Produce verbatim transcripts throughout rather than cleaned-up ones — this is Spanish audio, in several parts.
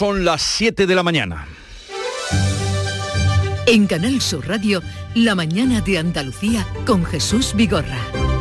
Son las siete de la mañana. En Canal Sur Radio, La mañana de Andalucía con Jesús Vigorra.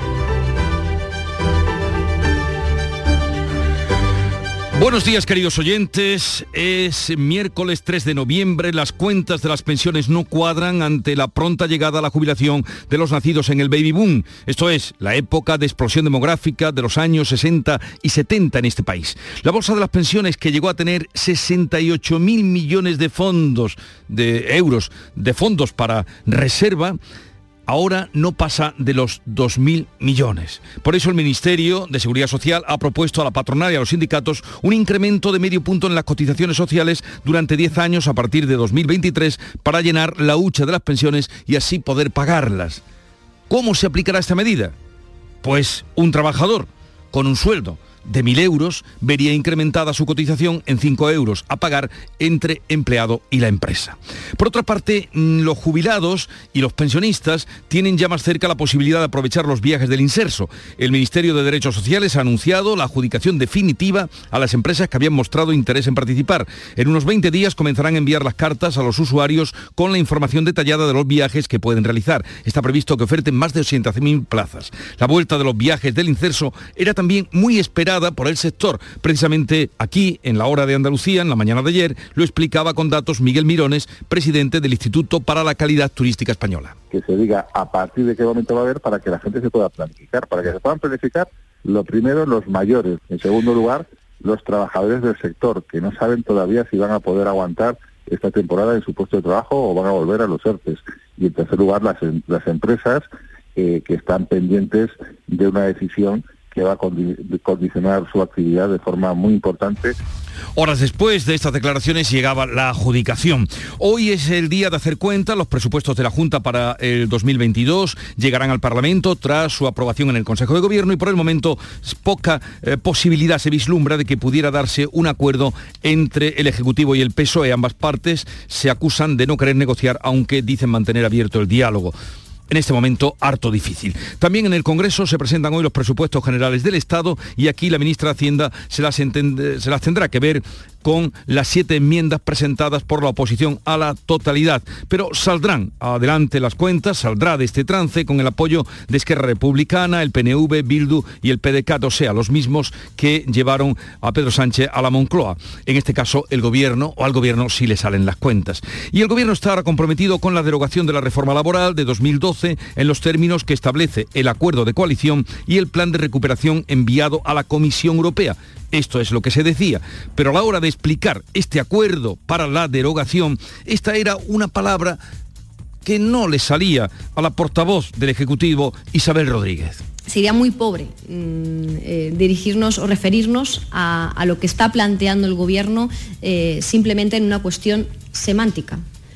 Buenos días, queridos oyentes. Es miércoles tres de noviembre. Las cuentas de las pensiones no cuadran ante la pronta llegada a la jubilación de los nacidos en el baby boom. Esto es, la época de explosión demográfica de los años sesenta y setenta en este país. La bolsa de las pensiones, que llegó a tener sesenta y ocho mil millones de fondos, de euros, de fondos para reserva, ahora no pasa de los dos mil millones. Por eso el Ministerio de Seguridad Social ha propuesto a la patronal y a los sindicatos un incremento de medio punto en las cotizaciones sociales durante diez años a partir de dos mil veintitrés para llenar la hucha de las pensiones y así poder pagarlas. ¿Cómo se aplicará esta medida? Pues un trabajador con un sueldo de mil euros vería incrementada su cotización en cinco euros a pagar entre empleado y la empresa. Por otra parte, los jubilados y los pensionistas tienen ya más cerca la posibilidad de aprovechar los viajes del inserso. El Ministerio de Derechos Sociales ha anunciado la adjudicación definitiva a las empresas que habían mostrado interés en participar. En unos veinte días comenzarán a enviar las cartas a los usuarios con la información detallada de los viajes que pueden realizar. Está previsto que oferten más de ochenta mil plazas. La vuelta de los viajes del inserso era también muy esperada por el sector. Precisamente aquí, en La Hora de Andalucía, en la mañana de ayer, lo explicaba con datos Miguel Mirones, presidente del Instituto para la Calidad Turística Española. Que se diga a partir de qué momento va a haber para que la gente se pueda planificar. Para que se puedan planificar, lo primero, los mayores. En segundo lugar, los trabajadores del sector, que no saben todavía si van a poder aguantar esta temporada en su puesto de trabajo o van a volver a los ERTES. Y en tercer lugar, las, las empresas eh, que están pendientes de una decisión que va a condicionar su actividad de forma muy importante. Horas después de estas declaraciones llegaba la adjudicación. Hoy es el día de hacer cuenta. Los presupuestos de la Junta para el dos mil veintidós llegarán al Parlamento tras su aprobación en el Consejo de Gobierno y por el momento poca eh, posibilidad se vislumbra de que pudiera darse un acuerdo entre el Ejecutivo y el P S O E. Ambas partes se acusan de no querer negociar, aunque dicen mantener abierto el diálogo. En este momento harto difícil. También en el Congreso se presentan hoy los presupuestos generales del Estado y aquí la ministra de Hacienda se las, entend- se las tendrá que ver con las siete enmiendas presentadas por la oposición a la totalidad. Pero saldrán adelante las cuentas, saldrá de este trance con el apoyo de Esquerra Republicana, el P N V, Bildu y el P D C A T, o sea, los mismos que llevaron a Pedro Sánchez a la Moncloa. En este caso, el Gobierno, o al Gobierno sí le salen las cuentas. Y el Gobierno está ahora comprometido con la derogación de la reforma laboral de dos mil doce en los términos que establece el acuerdo de coalición y el plan de recuperación enviado a la Comisión Europea. Esto es lo que se decía, pero a la hora de explicar este acuerdo para la derogación, esta era una palabra que no le salía a la portavoz del Ejecutivo, Isabel Rodríguez. Sería muy pobre mmm, eh, dirigirnos o referirnos a, a lo que está planteando el Gobierno eh, simplemente en una cuestión semántica.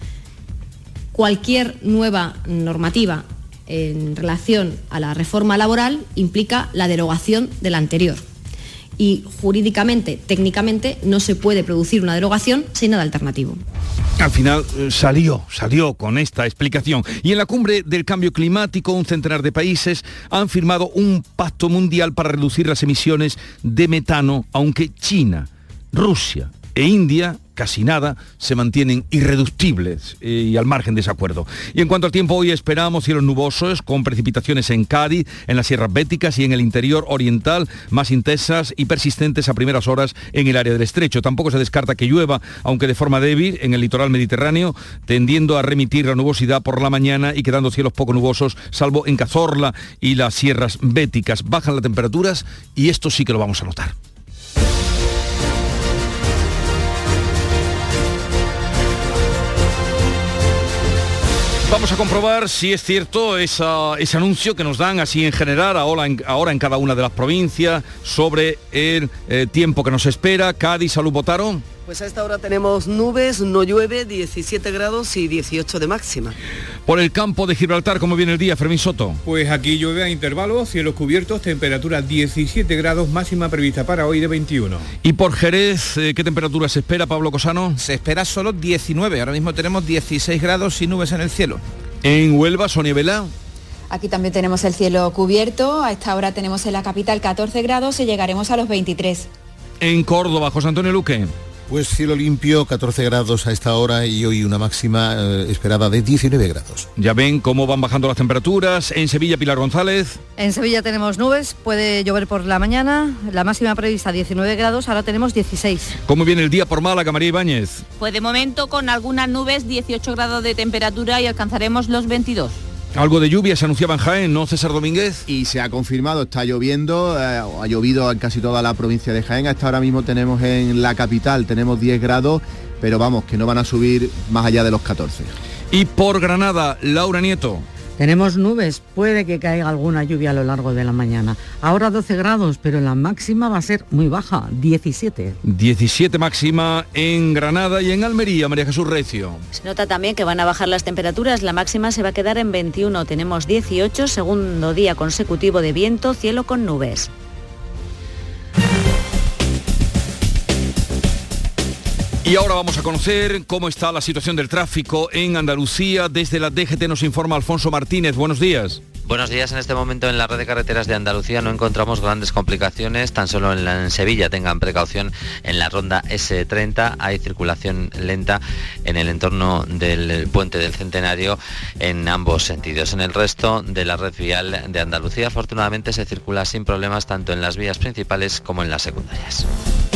Cualquier nueva normativa en relación a la reforma laboral implica la derogación de la anterior. Y jurídicamente, técnicamente, no se puede producir una derogación sin nada alternativo. Al final eh, salió, salió con esta explicación. Y en la cumbre del cambio climático, un centenar de países han firmado un pacto mundial para reducir las emisiones de metano, aunque China, Rusia e India, casi nada, se mantienen irreductibles eh, y al margen de ese acuerdo. Y en cuanto al tiempo, hoy esperamos cielos nubosos con precipitaciones en Cádiz, en las sierras béticas y en el interior oriental, más intensas y persistentes a primeras horas en el área del estrecho. Tampoco se descarta que llueva, aunque de forma débil, en el litoral mediterráneo, tendiendo a remitir la nubosidad por la mañana y quedando cielos poco nubosos, salvo en Cazorla y las sierras béticas. Bajan las temperaturas y esto sí que lo vamos a notar. Vamos a comprobar si es cierto esa, ese anuncio que nos dan así en general, ahora en, ahora en cada una de las provincias, sobre el eh, tiempo que nos espera. Cádiz, Salud, Botaro. Pues a esta hora tenemos nubes, no llueve, diecisiete grados y dieciocho de máxima. Por el campo de Gibraltar, ¿cómo viene el día, Fermín Soto? Pues aquí llueve a intervalos, cielos cubiertos, temperatura diecisiete grados, máxima prevista para hoy de veintiuno. Y por Jerez, ¿qué temperatura se espera, Pablo Cosano? Se espera solo diecinueve, ahora mismo tenemos dieciséis grados y nubes en el cielo. En Huelva, Sonia Vela. Aquí también tenemos el cielo cubierto, a esta hora tenemos en la capital catorce grados y llegaremos a los veintitrés. En Córdoba, José Antonio Luque. Pues cielo limpio, catorce grados a esta hora y hoy una máxima eh, esperada de diecinueve grados. Ya ven cómo van bajando las temperaturas. En Sevilla, Pilar González. En Sevilla tenemos nubes, puede llover por la mañana, la máxima prevista diecinueve grados, ahora tenemos dieciséis. ¿Cómo viene el día por Málaga, María Ibáñez? Pues de momento con algunas nubes, dieciocho grados de temperatura y alcanzaremos los veintidós. Algo de lluvia se anunciaba en Jaén, ¿no, César Domínguez? Y se ha confirmado, está lloviendo, eh, ha llovido en casi toda la provincia de Jaén. Hasta ahora mismo tenemos en la capital, tenemos diez grados, pero vamos, que no van a subir más allá de los catorce. Y por Granada, Laura Nieto. Tenemos nubes, puede que caiga alguna lluvia a lo largo de la mañana. Ahora doce grados, pero la máxima va a ser muy baja, diecisiete. diecisiete máxima en Granada y en Almería, María Jesús Recio. Se nota también que van a bajar las temperaturas, la máxima se va a quedar en veintiuno, tenemos dieciocho, segundo día consecutivo de viento, cielo con nubes. Y ahora vamos a conocer cómo está la situación del tráfico en Andalucía. Desde la D G T nos informa Alfonso Martínez. Buenos días. Buenos días. En este momento en la red de carreteras de Andalucía no encontramos grandes complicaciones, tan solo en, la, en Sevilla tengan precaución. En la ronda ese treinta hay circulación lenta en el entorno del puente del Centenario en ambos sentidos. En el resto de la red vial de Andalucía afortunadamente se circula sin problemas tanto en las vías principales como en las secundarias.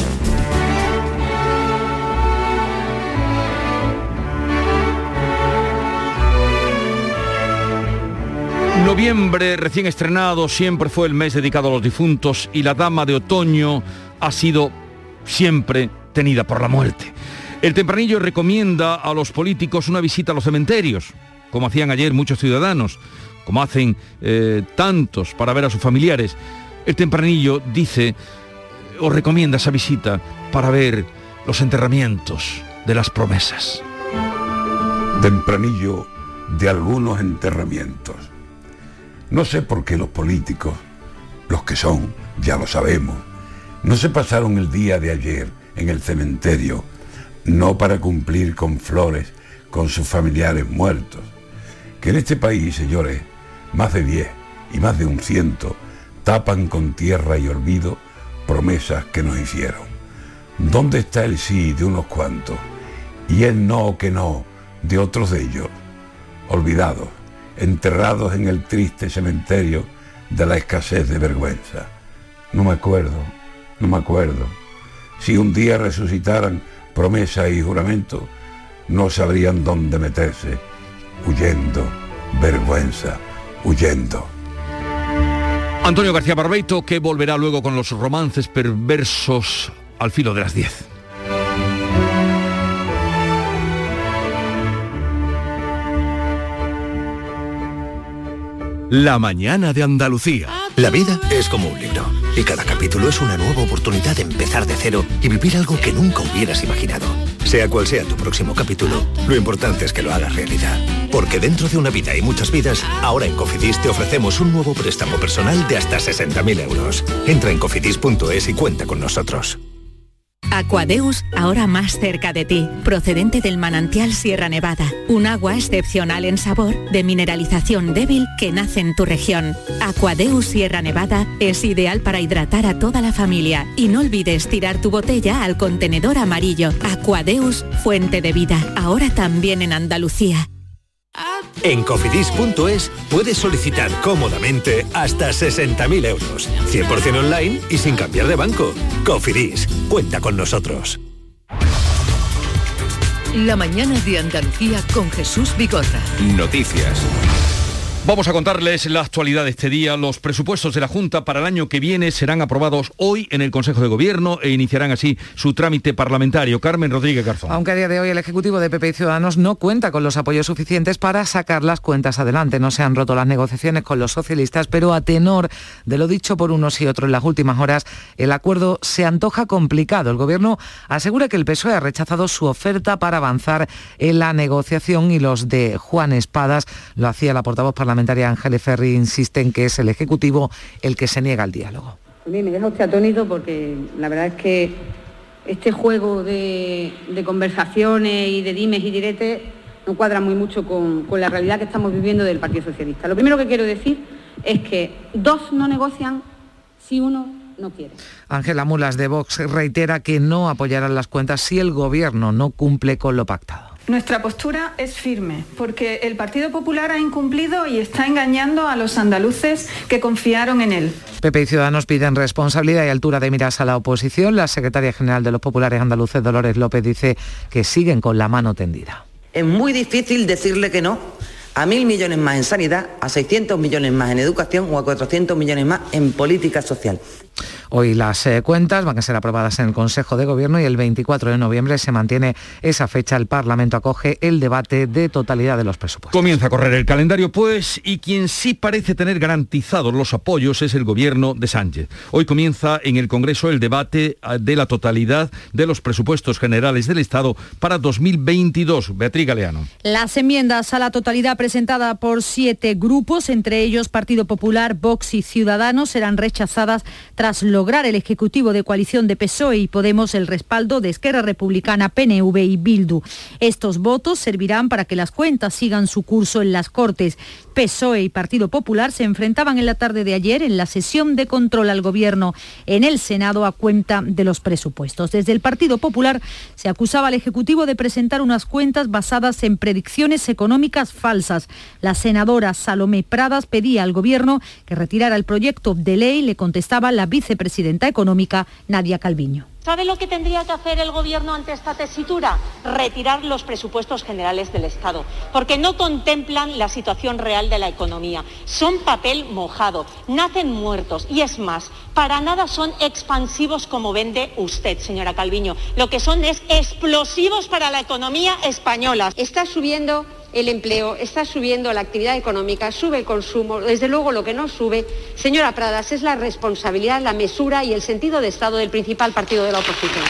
Noviembre, recién estrenado, siempre fue el mes dedicado a los difuntos y la dama de otoño ha sido siempre tenida por la muerte. El Tempranillo recomienda a los políticos una visita a los cementerios, como hacían ayer muchos ciudadanos, como hacen eh, tantos para ver a sus familiares. El Tempranillo dice, os recomienda esa visita para ver los enterramientos de las promesas. Tempranillo de algunos enterramientos. No sé por qué los políticos, los que son, ya lo sabemos, no se pasaron el día de ayer en el cementerio, no para cumplir con flores con sus familiares muertos. Que en este país, señores, más de diez y más de un ciento tapan con tierra y olvido promesas que nos hicieron. ¿Dónde está el sí de unos cuantos y el no que no de otros de ellos? Olvidados, enterrados en el triste cementerio de la escasez de vergüenza. No me acuerdo, no me acuerdo. Si un día resucitaran promesa y juramento, no sabrían dónde meterse, huyendo, vergüenza, huyendo. Antonio García Barbeito, que volverá luego con los romances perversos al filo de las diez. La mañana de Andalucía. La vida es como un libro y cada capítulo es una nueva oportunidad de empezar de cero y vivir algo que nunca hubieras imaginado. Sea cual sea tu próximo capítulo, lo importante es que lo hagas realidad. Porque dentro de una vida y muchas vidas, ahora en Cofidis te ofrecemos un nuevo préstamo personal de hasta sesenta mil euros. Entra en cofidis punto es y cuenta con nosotros. Aquadeus, ahora más cerca de ti, procedente del manantial Sierra Nevada, un agua excepcional en sabor, de mineralización débil que nace en tu región. Aquadeus Sierra Nevada es ideal para hidratar a toda la familia y no olvides tirar tu botella al contenedor amarillo. Aquadeus, fuente de vida, ahora también en Andalucía. En cofidis punto es puedes solicitar cómodamente hasta sesenta mil euros, cien por ciento online y sin cambiar de banco. Cofidis, cuenta con nosotros. La mañana de Andalucía con Jesús Vigorra. Noticias. Vamos a contarles la actualidad de este día. Los presupuestos de la Junta para el año que viene serán aprobados hoy en el Consejo de Gobierno e iniciarán así su trámite parlamentario. Carmen Rodríguez Garzón. Aunque a día de hoy el Ejecutivo de P P y Ciudadanos no cuenta con los apoyos suficientes para sacar las cuentas adelante. No se han roto las negociaciones con los socialistas, pero a tenor de lo dicho por unos y otros en las últimas horas, el acuerdo se antoja complicado. El Gobierno asegura que el P S O E ha rechazado su oferta para avanzar en la negociación y los de Juan Espadas, lo hacía la portavoz parlamentaria Ángeles Ferri, insiste en que es el Ejecutivo el que se niega al diálogo. A mí me deja usted atónito porque la verdad es que este juego de, de conversaciones y de dimes y diretes no cuadra muy mucho con, con la realidad que estamos viviendo del Partido Socialista. Lo primero que quiero decir es que dos no negocian si uno no quiere. Ángela Mulas de Vox reitera que no apoyarán las cuentas si el Gobierno no cumple con lo pactado. Nuestra postura es firme, porque el Partido Popular ha incumplido y está engañando a los andaluces que confiaron en él. P P y Ciudadanos piden responsabilidad y altura de miras a la oposición. La secretaria general de los populares andaluces, Dolores López, dice que siguen con la mano tendida. Es muy difícil decirle que no a mil millones más en sanidad, a seiscientos millones más en educación o a cuatrocientos millones más en política social. Hoy las eh, cuentas van a ser aprobadas en el Consejo de Gobierno y el veinticuatro de noviembre se mantiene esa fecha. El Parlamento acoge el debate de totalidad de los presupuestos. Comienza a correr el calendario, pues, y quien sí parece tener garantizados los apoyos es el Gobierno de Sánchez. Hoy comienza en el Congreso el debate de la totalidad de los presupuestos generales del Estado para dos mil veintidós. Beatriz Galeano. Las enmiendas a la totalidad presentadas por siete grupos, entre ellos Partido Popular, Vox y Ciudadanos, serán rechazadas tras lograr el Ejecutivo de coalición de P S O E y Podemos el respaldo de Esquerra Republicana, P N V y Bildu. Estos votos servirán para que las cuentas sigan su curso en las Cortes. P S O E y Partido Popular se enfrentaban en la tarde de ayer en la sesión de control al Gobierno en el Senado a cuenta de los presupuestos. Desde el Partido Popular se acusaba al Ejecutivo de presentar unas cuentas basadas en predicciones económicas falsas. La senadora Salomé Pradas pedía al Gobierno que retirara el proyecto de ley. Le contestaba la vicepresidenta económica, Nadia Calviño. ¿Sabe lo que tendría que hacer el Gobierno ante esta tesitura? Retirar los presupuestos generales del Estado, porque no contemplan la situación real de la economía. Son papel mojado, nacen muertos y es más, para nada son expansivos como vende usted, señora Calviño. Lo que son es explosivos para la economía española. Está subiendo el empleo, está subiendo la actividad económica, sube el consumo. Desde luego lo que no sube, señora Pradas, es la responsabilidad, la mesura y el sentido de Estado del principal partido de la oposición.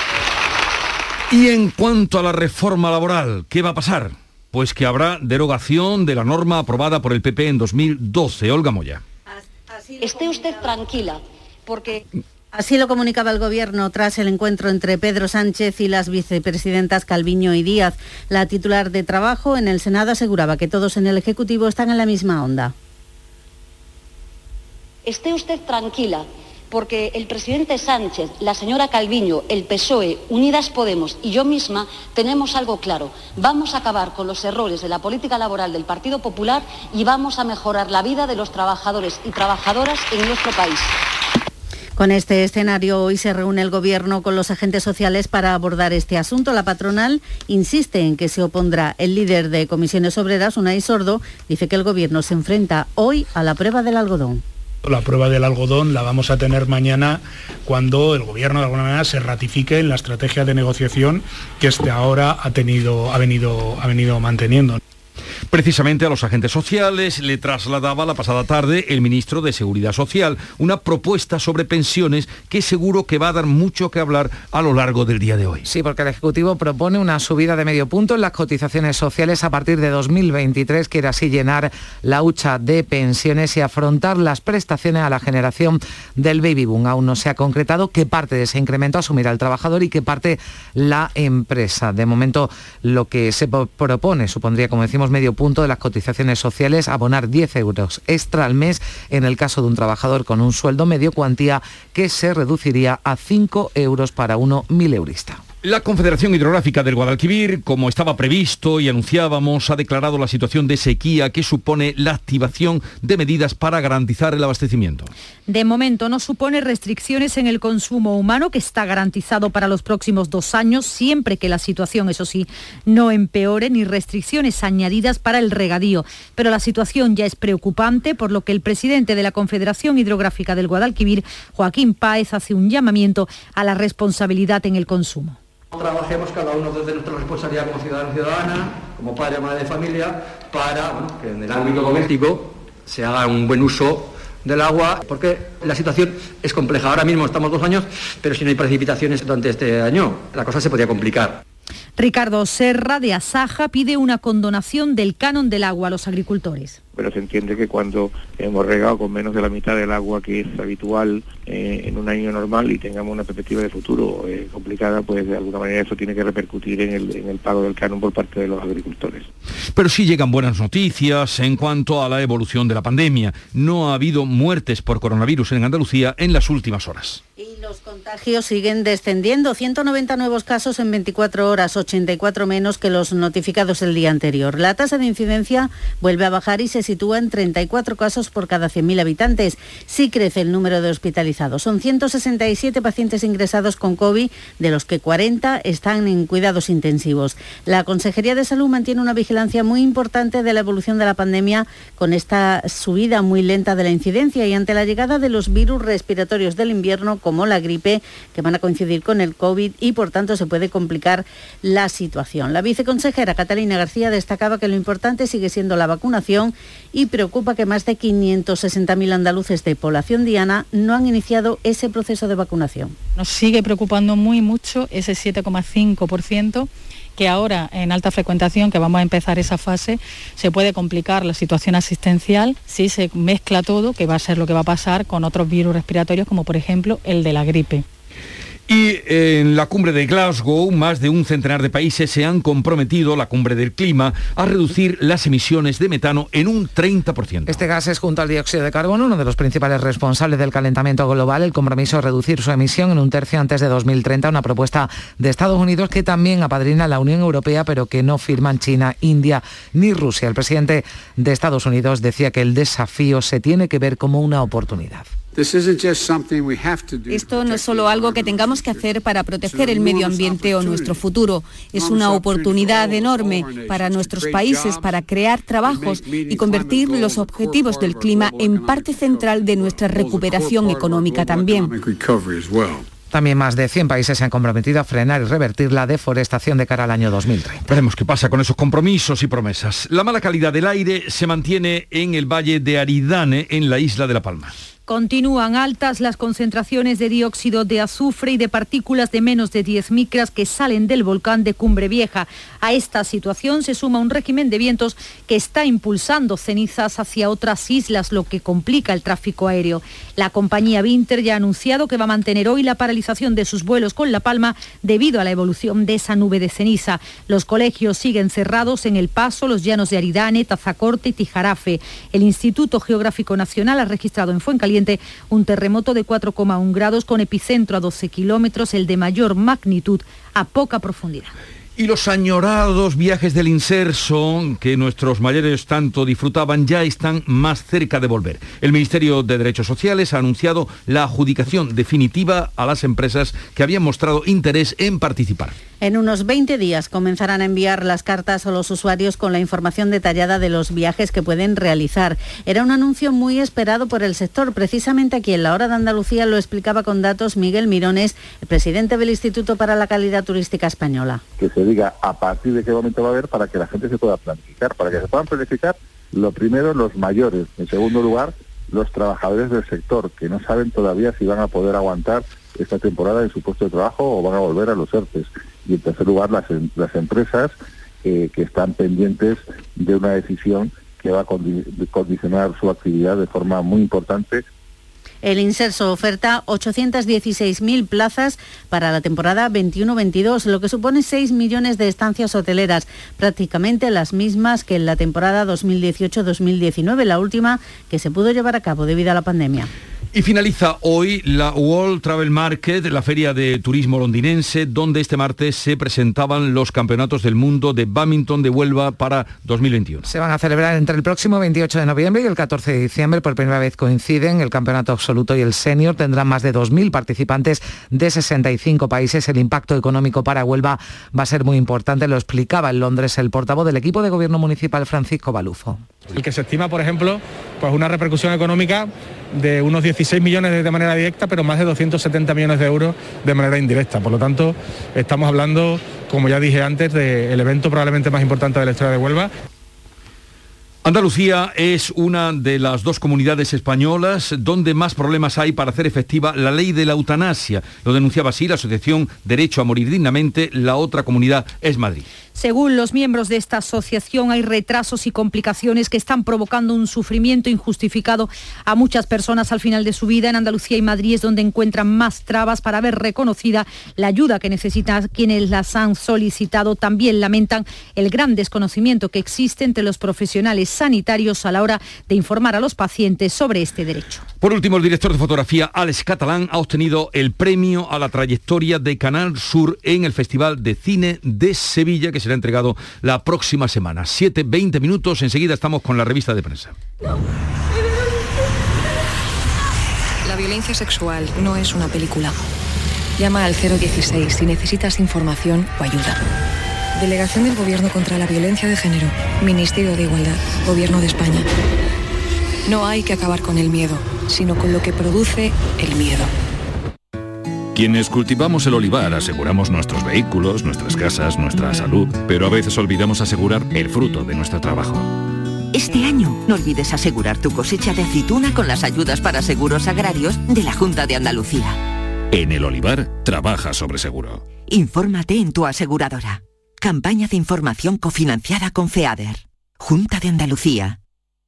Y en cuanto a la reforma laboral, ¿qué va a pasar? Pues que habrá derogación de la norma aprobada por el P P en dos mil doce. Olga Moya. Esté usted tranquila, porque... Así lo comunicaba el Gobierno tras el encuentro entre Pedro Sánchez y las vicepresidentas Calviño y Díaz. La titular de Trabajo en el Senado aseguraba que todos en el Ejecutivo están en la misma onda. Esté usted tranquila, porque el presidente Sánchez, la señora Calviño, el P S O E, Unidas Podemos y yo misma tenemos algo claro. Vamos a acabar con los errores de la política laboral del Partido Popular y vamos a mejorar la vida de los trabajadores y trabajadoras en nuestro país. Con este escenario, hoy se reúne el Gobierno con los agentes sociales para abordar este asunto. La patronal insiste en que se opondrá. El líder de Comisiones Obreras, Unai Sordo, dice que el Gobierno se enfrenta hoy a la prueba del algodón. La prueba del algodón la vamos a tener mañana cuando el Gobierno de alguna manera se ratifique en la estrategia de negociación que hasta ahora ha, tenido, ha, venido, ha venido manteniendo. Precisamente a los agentes sociales le trasladaba la pasada tarde el ministro de Seguridad Social una propuesta sobre pensiones que seguro que va a dar mucho que hablar a lo largo del día de hoy. Sí, porque el Ejecutivo propone una subida de medio punto en las cotizaciones sociales a partir de dos mil veintitrés, quiere así llenar la hucha de pensiones y afrontar las prestaciones a la generación del baby boom. Aún no se ha concretado qué parte de ese incremento asumirá el trabajador y qué parte la empresa. De momento, lo que se propone supondría, como decimos, medio punto de las cotizaciones sociales, abonar diez euros extra al mes en el caso de un trabajador con un sueldo medio, cuantía que se reduciría a cinco euros para uno mileurista. La Confederación Hidrográfica del Guadalquivir, como estaba previsto y anunciábamos, ha declarado la situación de sequía que supone la activación de medidas para garantizar el abastecimiento. De momento no supone restricciones en el consumo humano, que está garantizado para los próximos dos años, siempre que la situación, eso sí, no empeore, ni restricciones añadidas para el regadío. Pero la situación ya es preocupante, por lo que el presidente de la Confederación Hidrográfica del Guadalquivir, Joaquín Páez, hace un llamamiento a la responsabilidad en el consumo. Trabajemos cada uno desde nuestra responsabilidad como ciudadano y ciudadana, como padre o madre de familia, para bueno, que en el ámbito doméstico se haga un buen uso del agua, porque la situación es compleja. Ahora mismo estamos dos años, pero si no hay precipitaciones durante este año, la cosa se podría complicar. Ricardo Serra, de Asaja, pide una condonación del canon del agua a los agricultores. pero se entiende que cuando hemos regado con menos de la mitad del agua que es habitual eh, en un año normal y tengamos una perspectiva de futuro eh, complicada, pues de alguna manera eso tiene que repercutir en el, en el pago del canon por parte de los agricultores. Pero sí llegan buenas noticias en cuanto a la evolución de la pandemia. No ha habido muertes por coronavirus en Andalucía en las últimas horas. Y los contagios siguen descendiendo. ciento noventa nuevos casos en veinticuatro horas, ochenta y cuatro menos que los notificados el día anterior. La tasa de incidencia vuelve a bajar y se sitúa en treinta y cuatro casos por cada cien mil habitantes. Sí crece el número de hospitalizados. Son ciento sesenta y siete pacientes ingresados con COVID, de los que cuarenta están en cuidados intensivos. La Consejería de Salud mantiene una vigilancia muy importante de la evolución de la pandemia con esta subida muy lenta de la incidencia y ante la llegada de los virus respiratorios del invierno, como la gripe, que van a coincidir con el COVID y por tanto se puede complicar la situación. La viceconsejera Catalina García destacaba que lo importante sigue siendo la vacunación y preocupa que más de quinientos sesenta mil andaluces de población diana no han iniciado ese proceso de vacunación. Nos sigue preocupando muy mucho ese siete coma cinco por ciento que ahora en alta frecuentación, que vamos a empezar esa fase, se puede complicar la situación asistencial si se mezcla todo, que va a ser lo que va a pasar con otros virus respiratorios, como por ejemplo el de la gripe. Y en la cumbre de Glasgow, más de un centenar de países se han comprometido, la cumbre del clima, a reducir las emisiones de metano en un treinta por ciento. Este gas es, junto al dióxido de carbono, uno de los principales responsables del calentamiento global. El compromiso es reducir su emisión en un tercio antes de dos mil treinta, una propuesta de Estados Unidos que también apadrina la Unión Europea, pero que no firman China, India ni Rusia. El presidente de Estados Unidos decía que el desafío se tiene que ver como una oportunidad. Esto no es solo algo que tengamos que hacer para proteger el medio ambiente o nuestro futuro. Es una oportunidad enorme para nuestros países para crear trabajos y convertir los objetivos del clima en parte central de nuestra recuperación económica también. También más de cien países se han comprometido a frenar y revertir la deforestación de cara al año dos mil treinta. Veremos qué pasa con esos compromisos y promesas. La mala calidad del aire se mantiene en el valle de Aridane, en la isla de La Palma. Continúan altas las concentraciones de dióxido de azufre y de partículas de menos de diez micras que salen del volcán de Cumbre Vieja. A esta situación se suma un régimen de vientos que está impulsando cenizas hacia otras islas, lo que complica el tráfico aéreo. La compañía Vinter ya ha anunciado que va a mantener hoy la paralización de sus vuelos con La Palma debido a la evolución de esa nube de ceniza. Los colegios siguen cerrados en El Paso, los llanos de Aridane, Tazacorte y Tijarafe. El Instituto Geográfico Nacional ha registrado en Fuencaliente un terremoto de cuatro coma uno grados con epicentro a doce kilómetros, el de mayor magnitud a poca profundidad. Y los añorados viajes del inserso que nuestros mayores tanto disfrutaban ya están más cerca de volver. El Ministerio de Derechos Sociales ha anunciado la adjudicación definitiva a las empresas que habían mostrado interés en participar. En unos veinte días comenzarán a enviar las cartas a los usuarios con la información detallada de los viajes que pueden realizar. Era un anuncio muy esperado por el sector. Precisamente aquí en La Hora de Andalucía lo explicaba con datos Miguel Mirones, el presidente del Instituto para la Calidad Turística Española. Que se diga a partir de qué momento va a haber para que la gente se pueda planificar. Para que se puedan planificar, lo primero, los mayores. En segundo lugar, los trabajadores del sector, que no saben todavía si van a poder aguantar esta temporada en su puesto de trabajo o van a volver a los ERTES. Y en tercer lugar, las, las empresas eh, que están pendientes de una decisión que va a condicionar su actividad de forma muy importante. El Inserso oferta ochocientas dieciséis mil plazas para la temporada veintiuno veintidós, lo que supone seis millones de estancias hoteleras, prácticamente las mismas que en la temporada dos mil dieciocho dos mil diecinueve, la última que se pudo llevar a cabo debido a la pandemia. Y finaliza hoy la World Travel Market, la feria de turismo londinense, donde este martes se presentaban los campeonatos del mundo de bádminton de Huelva para dos mil veintiuno. Se van a celebrar entre el próximo veintiocho de noviembre y el catorce de diciembre. Por primera vez coinciden el campeonato absoluto y el senior. Tendrán más de dos mil participantes de sesenta y cinco países. El impacto económico para Huelva va a ser muy importante. Lo explicaba en Londres el portavoz del equipo de gobierno municipal, Francisco Balufo. El que se estima, por ejemplo, pues una repercusión económica de unos dieciséis millones de manera directa, pero más de doscientos setenta millones de euros de manera indirecta. Por lo tanto, estamos hablando, como ya dije antes, del evento probablemente más importante de la historia de Huelva. Andalucía es una de las dos comunidades españolas donde más problemas hay para hacer efectiva la ley de la eutanasia. Lo denunciaba así la asociación Derecho a Morir Dignamente. La otra comunidad es Madrid. Según los miembros de esta asociación, hay retrasos y complicaciones que están provocando un sufrimiento injustificado a muchas personas al final de su vida. En Andalucía y Madrid es donde encuentran más trabas para ver reconocida la ayuda que necesitan quienes las han solicitado. También lamentan el gran desconocimiento que existe entre los profesionales sanitarios a la hora de informar a los pacientes sobre este derecho. Por último, el director de fotografía Alex Catalán ha obtenido el premio a la trayectoria de Canal Sur en el Festival de Cine de Sevilla, que será entregado la próxima semana. siete, veinte minutos, enseguida estamos con la revista de prensa. La violencia sexual no es una película. Llama al cero dieciséis si necesitas información o ayuda. Delegación del Gobierno contra la Violencia de Género. Ministerio de Igualdad. Gobierno de España. No hay que acabar con el miedo, sino con lo que produce el miedo. Quienes cultivamos el olivar aseguramos nuestros vehículos, nuestras casas, nuestra salud, pero a veces olvidamos asegurar el fruto de nuestro trabajo. Este año no olvides asegurar tu cosecha de aceituna con las ayudas para seguros agrarios de la Junta de Andalucía. En el olivar, trabaja sobre seguro. Infórmate en tu aseguradora. Campaña de información cofinanciada con FEADER. Junta de Andalucía.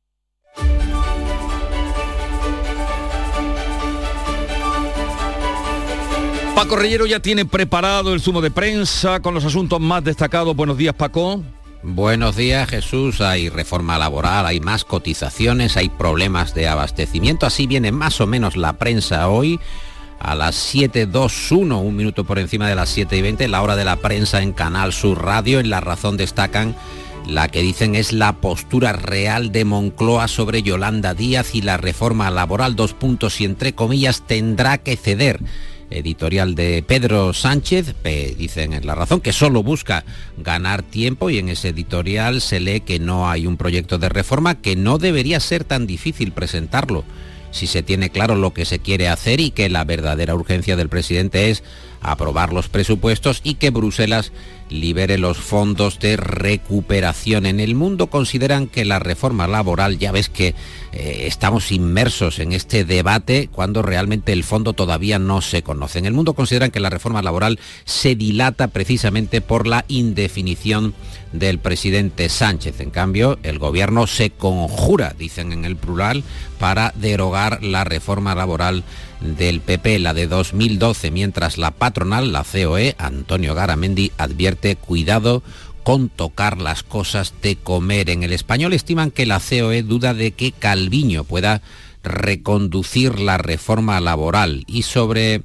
Paco Reyero ya tiene preparado el zumo de prensa con los asuntos más destacados. Buenos días, Paco. Buenos días, Jesús. Hay reforma laboral, hay más cotizaciones, hay problemas de abastecimiento. Así viene más o menos la prensa hoy a las siete veintiuno, un minuto por encima de las siete y veinte, la hora de la prensa en Canal Sur Radio. En La Razón destacan la que dicen es la postura real de Moncloa sobre Yolanda Díaz y la reforma laboral, dos puntos y entre comillas, tendrá que ceder. Editorial de Pedro Sánchez, eh, dicen en La Razón, que solo busca ganar tiempo, y en ese editorial se lee que no hay un proyecto de reforma, que no debería ser tan difícil presentarlo si se tiene claro lo que se quiere hacer, y que la verdadera urgencia del presidente es aprobar los presupuestos y que Bruselas libere los fondos de recuperación. En El Mundo consideran que la reforma laboral, ya ves que eh, estamos inmersos en este debate cuando realmente el fondo todavía no se conoce. En El Mundo consideran que la reforma laboral se dilata precisamente por la indefinición del presidente Sánchez. En cambio, el gobierno se conjura, dicen en el plural, para derogar la reforma laboral del P P, la de dos mil doce, mientras la patronal, la C O E, Antonio Garamendi, advierte cuidado con tocar las cosas de comer. En El Español estiman que la C O E duda de que Calviño pueda reconducir la reforma laboral. Y sobre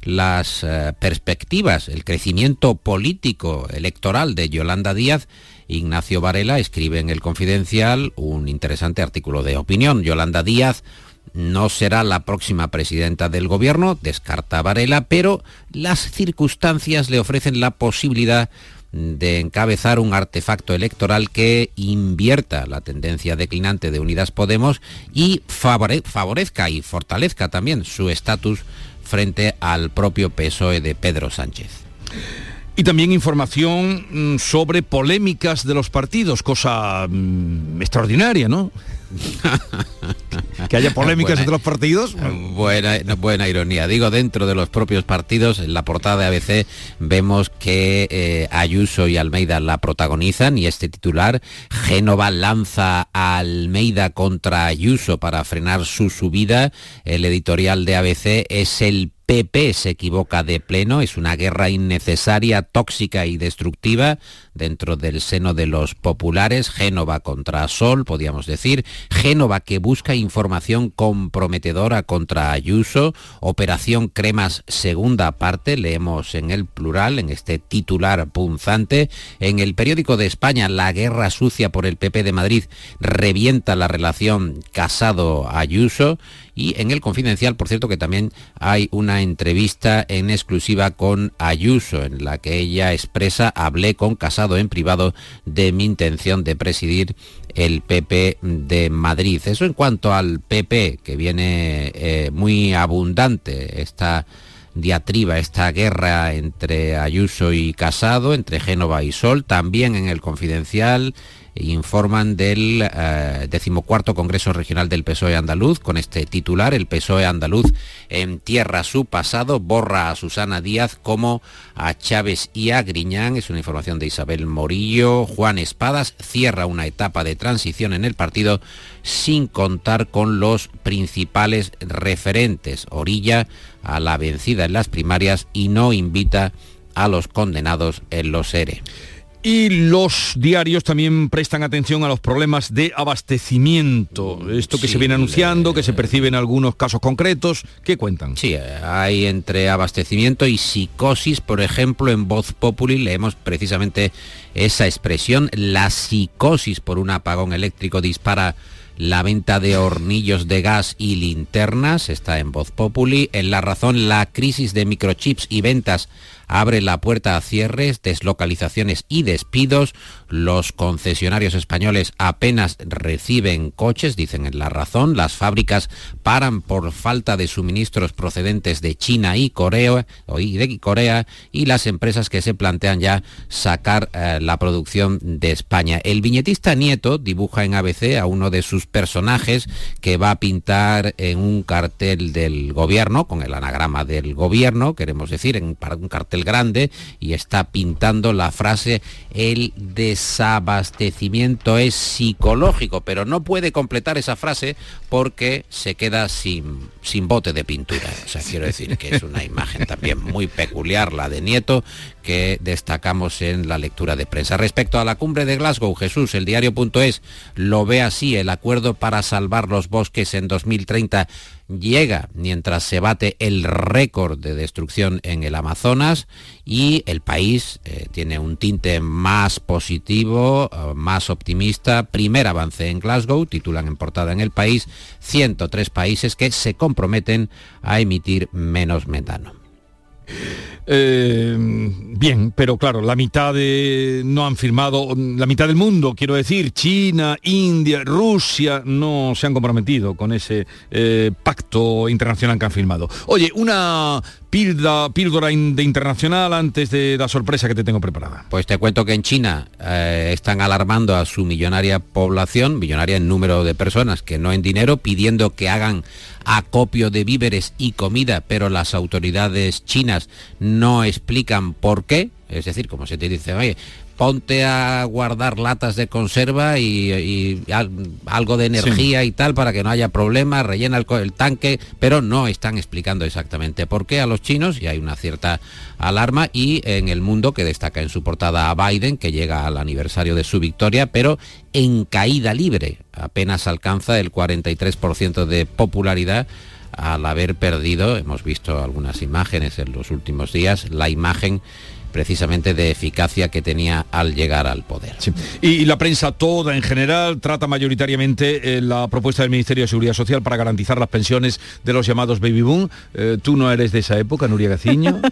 las eh, perspectivas, el crecimiento político electoral de Yolanda Díaz, Ignacio Varela escribe en El Confidencial un interesante artículo de opinión. Yolanda Díaz no será la próxima presidenta del gobierno, descarta Varela, pero las circunstancias le ofrecen la posibilidad de encabezar un artefacto electoral que invierta la tendencia declinante de Unidas Podemos y favore- favorezca y fortalezca también su estatus frente al propio P S O E de Pedro Sánchez. Y también información sobre polémicas de los partidos, cosa mmm, extraordinaria, ¿no? Que haya polémicas buena, entre los partidos. Buena, buena ironía. Digo, dentro de los propios partidos, en la portada de A B C vemos que eh, Ayuso y Almeida la protagonizan, y este titular: Génova lanza a Almeida contra Ayuso para frenar su subida. El editorial de A B C es el P P se equivoca de pleno, es una guerra innecesaria, tóxica y destructiva dentro del seno de los populares. Génova contra Sol, podríamos decir. Génova que busca información comprometedora contra Ayuso. Operación Cremas segunda parte, leemos en el plural, en este titular punzante. En El Periódico de España, la guerra sucia por el P P de Madrid revienta la relación Casado-Ayuso. Y en El Confidencial, por cierto, que también hay una entrevista en exclusiva con Ayuso, en la que ella expresa: hablé con Casado en privado de mi intención de presidir el P P de Madrid. Eso en cuanto al P P, que viene eh, muy abundante esta diatriba, esta guerra entre Ayuso y Casado, entre Génova y Sol. También en El Confidencial informan del eh, decimocuarto Congreso Regional del P S O E andaluz, con este titular: el P S O E andaluz entierra su pasado, borra a Susana Díaz como a Chávez y a Griñán. Es una información de Isabel Morillo. Juan Espadas cierra una etapa de transición en el partido sin contar con los principales referentes. Orilla a la vencida en las primarias y no invita a los condenados en los E R E. Y los diarios también prestan atención a los problemas de abastecimiento. Esto que sí, se viene anunciando, que se percibe en algunos casos concretos. ¿Qué cuentan? Sí, hay entre abastecimiento y psicosis. Por ejemplo, en Voz Populi leemos precisamente esa expresión: la psicosis por un apagón eléctrico dispara la venta de hornillos de gas y linternas. Está en Voz Populi. En La Razón, la crisis de microchips y ventas abre la puerta a cierres, deslocalizaciones y despidos. Los concesionarios españoles apenas reciben coches, dicen en La Razón. Las fábricas paran por falta de suministros procedentes de China y Corea, y de Corea, y las empresas que se plantean ya sacar eh, la producción de España. El viñetista Nieto dibuja en A B C a uno de sus personajes que va a pintar en un cartel del gobierno, con el anagrama del gobierno, queremos decir, en un cartel grande, y está pintando la frase: el desabastecimiento es psicológico, pero no puede completar esa frase porque se queda sin, sin bote de pintura. O sea, quiero decir que es una imagen también muy peculiar la de Nieto, que destacamos en la lectura de prensa. Respecto a la cumbre de Glasgow, Jesús, el diario punto es lo ve así: el acuerdo para salvar los bosques en dos mil treinta llega mientras se bate el récord de destrucción en el Amazonas, y El País eh, tiene un tinte más positivo, eh, más optimista. Primer avance en Glasgow, titulan en portada en El País, ciento tres países que se comprometen a emitir menos metano. Eh, bien, pero claro, la mitad de no han firmado, la mitad del mundo, quiero decir, China, India, Rusia, no se han comprometido con ese eh, pacto internacional que han firmado. Oye, una píldora, píldora de internacional antes de la sorpresa que te tengo preparada. Pues te cuento que en China eh, están alarmando a su millonaria población, millonaria en número de personas, que no en dinero, pidiendo que hagan acopio de víveres y comida, pero las autoridades chinas no explican por qué. Es decir, como se te dice, oye, ponte a guardar latas de conserva y, y algo de energía, sí, y tal, para que no haya problemas, rellena el, el tanque, pero no están explicando exactamente por qué a los chinos, y hay una cierta alarma. Y en El Mundo, que destaca en su portada a Biden, que llega al aniversario de su victoria, pero en caída libre, apenas alcanza el cuarenta y tres por ciento de popularidad, al haber perdido, hemos visto algunas imágenes en los últimos días, la imagen precisamente de eficacia que tenía al llegar al poder. Sí. Y la prensa toda en general trata mayoritariamente eh, la propuesta del Ministerio de Seguridad Social para garantizar las pensiones de los llamados baby boom. Eh, ¿Tú no eres de esa época, Nuria Gaciño?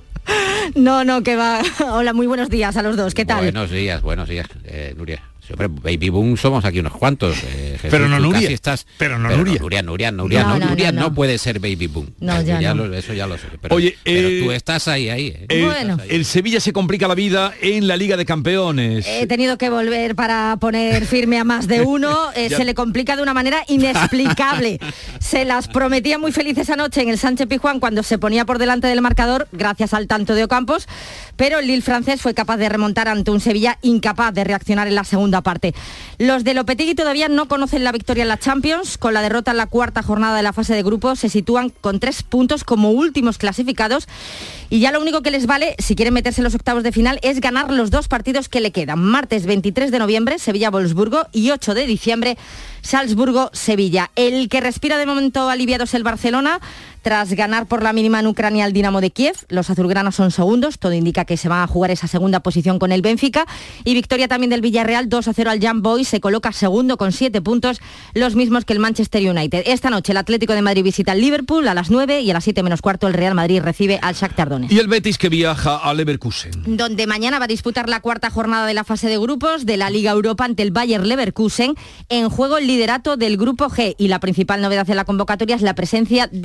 No, no, que va. Hola, muy buenos días a los dos. ¿Qué tal? Buenos días, buenos días, eh, Nuria. Hombre, baby boom somos aquí unos cuantos. Eh, Jesús, pero no Nuria. Estás, pero no pero Nuria. No, Nuria, Nuria, Nuria, no, no, no, Nuria no, no. no puede ser baby boom. No, eso, ya ya no. Lo, eso ya lo sé. Pero, Oye, pero eh, tú estás ahí, ahí. Eh. Eh, bueno. Ahí. El Sevilla se complica la vida en la Liga de Campeones. He tenido que volver para poner firme a más de uno. Eh, se le complica de una manera inexplicable. Se las prometía muy felices anoche en el Sánchez Pizjuán cuando se ponía por delante del marcador gracias al tanto de Ocampos, pero el Lille francés fue capaz de remontar ante un Sevilla incapaz de reaccionar en la segunda parte. Los de Lopetegui todavía no conocen la victoria en la Champions. Con la derrota en la cuarta jornada de la fase de grupos se sitúan con tres puntos como últimos clasificados, y ya lo único que les vale, si quieren meterse en los octavos de final, es ganar los dos partidos que le quedan. Martes veintitrés de noviembre, Sevilla-Wolfsburgo, y ocho de diciembre, Salzburgo-Sevilla. El que respira de momento aliviado es el Barcelona, tras ganar por la mínima en Ucrania al Dinamo de Kiev. Los azulgranos son segundos, todo indica que se van a jugar esa segunda posición con el Benfica, y victoria también del Villarreal, dos a cero al Young Boys, se coloca segundo con siete puntos, los mismos que el Manchester United. Esta noche el Atlético de Madrid visita al Liverpool a las nueve, y a las siete menos cuarto el Real Madrid recibe al Shakhtar Donetsk. Y el Betis, que viaja a Leverkusen, donde mañana va a disputar la cuarta jornada de la fase de grupos de la Liga Europa ante el Bayer Leverkusen, en juego el liderato del grupo G, y la principal novedad de la convocatoria es la presencia de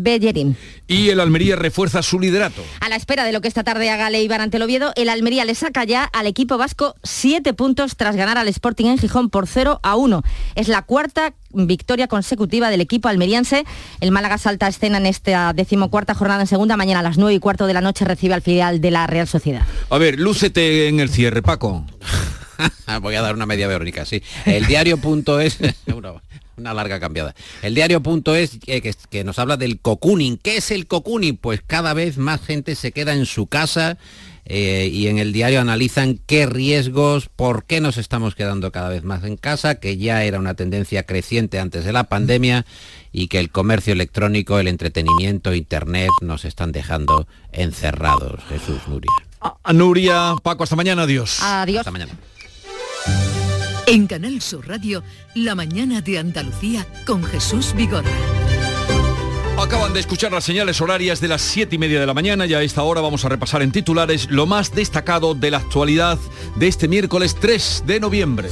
Bellerín. Y el Almería refuerza su liderato. A la espera de lo que esta tarde haga Eibar ante el Oviedo, el Almería le saca ya al equipo vasco siete puntos tras ganar al Sporting en Gijón por cero a uno. Es la cuarta victoria consecutiva del equipo almeriense. El Málaga salta a escena en esta decimocuarta jornada en segunda. Mañana a las nueve y cuarto de la noche recibe al filial de la Real Sociedad. A ver, lúcete en el cierre, Paco. Voy a dar una media verónica, sí. El diario.es... una, una larga cambiada. El diario.es eh, que, que nos habla del cocooning. ¿Qué es el cocooning? Pues cada vez más gente se queda en su casa eh, y en el diario analizan qué riesgos, por qué nos estamos quedando cada vez más en casa, que ya era una tendencia creciente antes de la pandemia y que el comercio electrónico, el entretenimiento, internet nos están dejando encerrados. Jesús, Nuria. A Nuria, Paco, hasta mañana, adiós. Adiós. Hasta mañana. En Canal Sur Radio, La mañana de Andalucía con Jesús Vigorra. Acaban de escuchar las señales horarias de las siete y media de la mañana y a esta hora vamos a repasar en titulares lo más destacado de la actualidad de este miércoles tres de noviembre.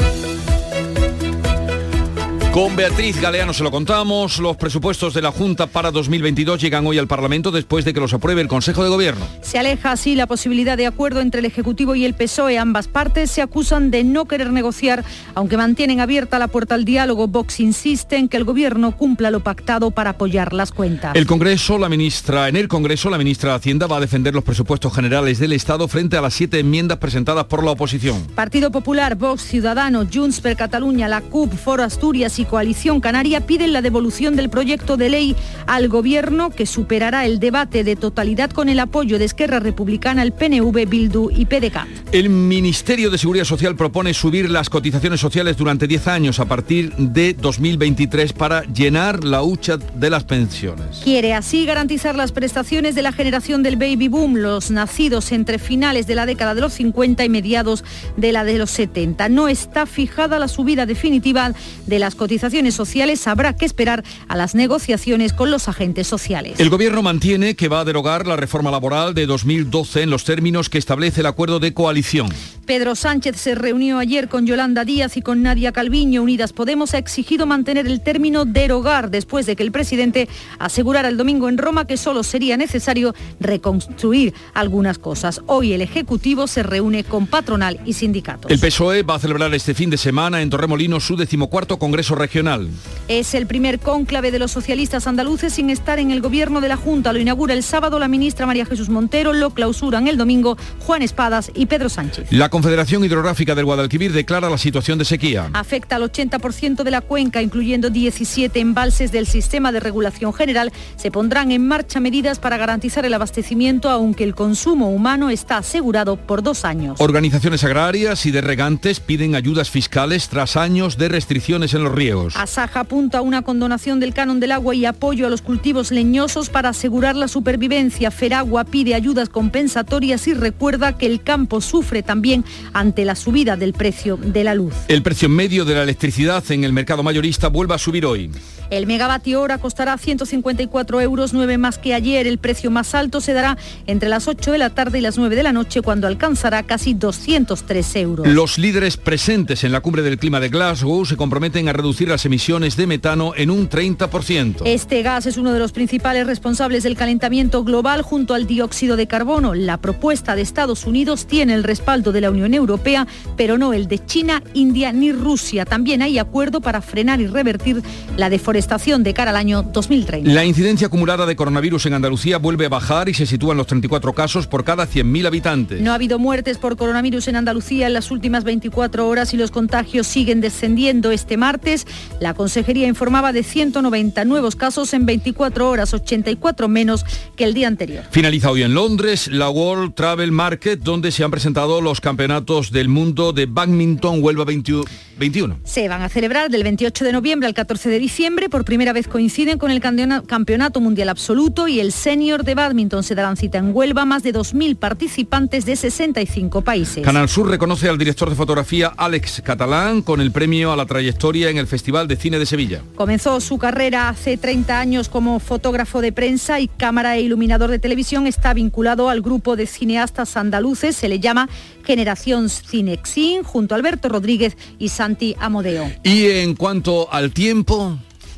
Con Beatriz Galeano se lo contamos. Los presupuestos de la Junta para dos mil veintidós llegan hoy al Parlamento después de que los apruebe el Consejo de Gobierno. Se aleja así la posibilidad de acuerdo entre el Ejecutivo y el P S O E. Ambas partes se acusan de no querer negociar, aunque mantienen abierta la puerta al diálogo. Vox insiste en que el Gobierno cumpla lo pactado para apoyar las cuentas. El Congreso, la ministra, en el Congreso, la ministra de Hacienda va a defender los presupuestos generales del Estado frente a las siete enmiendas presentadas por la oposición. Partido Popular, Vox, Ciudadanos, Junts per Catalunya, la C U P, Foro Asturias y Coalición Canaria piden la devolución del proyecto de ley al Gobierno, que superará el debate de totalidad con el apoyo de Esquerra Republicana, el P N V, Bildu y P D C A T. El Ministerio de Seguridad Social propone subir las cotizaciones sociales durante diez años a partir de dos mil veintitrés para llenar la hucha de las pensiones. Quiere así garantizar las prestaciones de la generación del baby boom, los nacidos entre finales de la década de los cincuenta y mediados de la de los setenta. No está fijada la subida definitiva de las cotizaciones sociales, habrá que esperar a las negociaciones con los agentes sociales. El Gobierno mantiene que va a derogar la reforma laboral de dos mil doce en los términos que establece el acuerdo de coalición. Pedro Sánchez se reunió ayer con Yolanda Díaz y con Nadia Calviño. Unidas Podemos ha exigido mantener el término derogar después de que el presidente asegurara el domingo en Roma que solo sería necesario reconstruir algunas cosas. Hoy el Ejecutivo se reúne con patronal y sindicatos. El P S O E va a celebrar este fin de semana en Torremolinos su decimocuarto Congreso Regional. Es el primer cónclave de los socialistas andaluces sin estar en el Gobierno de la Junta. Lo inaugura el sábado la ministra María Jesús Montero, lo clausuran el domingo Juan Espadas y Pedro Sánchez. La Confederación Hidrográfica del Guadalquivir declara la situación de sequía. Afecta al ochenta por ciento de la cuenca, incluyendo diecisiete embalses del Sistema de Regulación General. Se pondrán en marcha medidas para garantizar el abastecimiento, aunque el consumo humano está asegurado por dos años. Organizaciones agrarias y de regantes piden ayudas fiscales tras años de restricciones en los riegos. Asaja apunta a una condonación del canon del agua y apoyo a los cultivos leñosos para asegurar la supervivencia. Feragua pide ayudas compensatorias y recuerda que el campo sufre también ante la subida del precio de la luz. El precio medio de la electricidad en el mercado mayorista vuelve a subir hoy. El megavatio hora costará ciento cincuenta y cuatro euros, nueve más que ayer. El precio más alto se dará entre las ocho de la tarde y las nueve de la noche, cuando alcanzará casi doscientos tres euros. Los líderes presentes en la cumbre del clima de Glasgow se comprometen a reducir las emisiones de metano en un treinta por ciento. Este gas es uno de los principales responsables del calentamiento global junto al dióxido de carbono. La propuesta de Estados Unidos tiene el respaldo de la Unión Europea, pero no el de China, India ni Rusia. También hay acuerdo para frenar y revertir la deforestación de cara al año dos mil treinta. La incidencia acumulada de coronavirus en Andalucía vuelve a bajar y se sitúa en los treinta y cuatro casos por cada cien mil habitantes. No ha habido muertes por coronavirus en Andalucía en las últimas veinticuatro horas y los contagios siguen descendiendo. Este martes, la Consejería informaba de ciento noventa nuevos casos en veinticuatro horas, ochenta y cuatro menos que el día anterior. Finaliza hoy en Londres la World Travel Market, donde se han presentado los campeonatos del mundo de Badminton Huelva veintiuno. Se van a celebrar del veintiocho de noviembre al catorce de diciembre. Por primera vez coinciden con el Campeonato Mundial Absoluto y el Senior de Badminton. Se darán cita en Huelva más de dos mil participantes de sesenta y cinco países. Canal Sur reconoce al director de fotografía Alex Catalán con el premio a la trayectoria en el Festival de Cine de Sevilla. Comenzó su carrera hace treinta años como fotógrafo de prensa y cámara e iluminador de televisión. Está vinculado al grupo de cineastas andaluces, se le llama Generación Cinexin, junto a Alberto Rodríguez y Santi Amodeo. Y en cuanto al tiempo...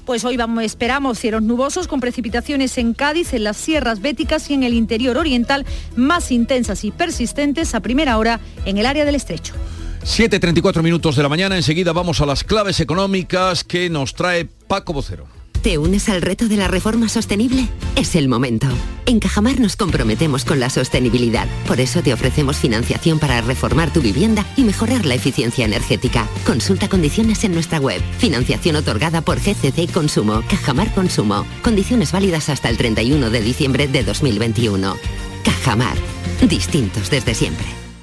Pues hoy vamos, esperamos cielos nubosos con precipitaciones en Cádiz, en las sierras béticas y en el interior oriental, más intensas y persistentes a primera hora en el área del Estrecho. siete y treinta y cuatro minutos de la mañana, enseguida vamos a las claves económicas que nos trae Paco Vocero. ¿Te unes al reto de la reforma sostenible? Es el momento. En Cajamar nos comprometemos con la sostenibilidad. Por eso te ofrecemos financiación para reformar tu vivienda y mejorar la eficiencia energética. Consulta condiciones en nuestra web. Financiación otorgada por G C C Consumo. Cajamar Consumo. Condiciones válidas hasta el treinta y uno de diciembre de dos mil veintiuno. Cajamar. Distintos desde siempre.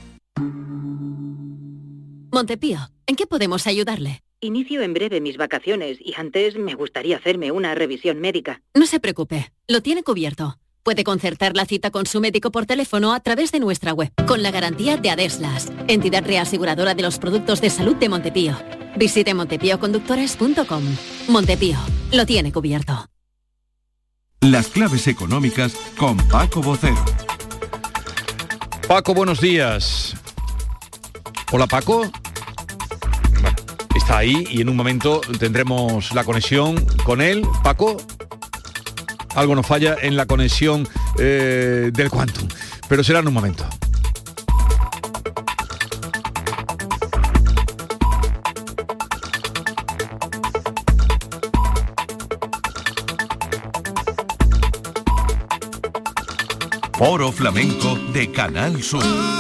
Montepío, ¿en qué podemos ayudarle? Inicio en breve mis vacaciones y antes me gustaría hacerme una revisión médica. No se preocupe, lo tiene cubierto. Puede concertar la cita con su médico por teléfono a través de nuestra web, con la garantía de Adeslas, entidad reaseguradora de los productos de salud de Montepío. Visite montepío conductores punto com. Montepío, lo tiene cubierto. Las claves económicas con Paco Vocero. Paco, buenos días. Hola, Paco. Bueno, está ahí y en un momento tendremos la conexión con él. Paco, algo nos falla en la conexión eh, del Quantum, pero será en un momento. Foro Flamenco de Canal Sur.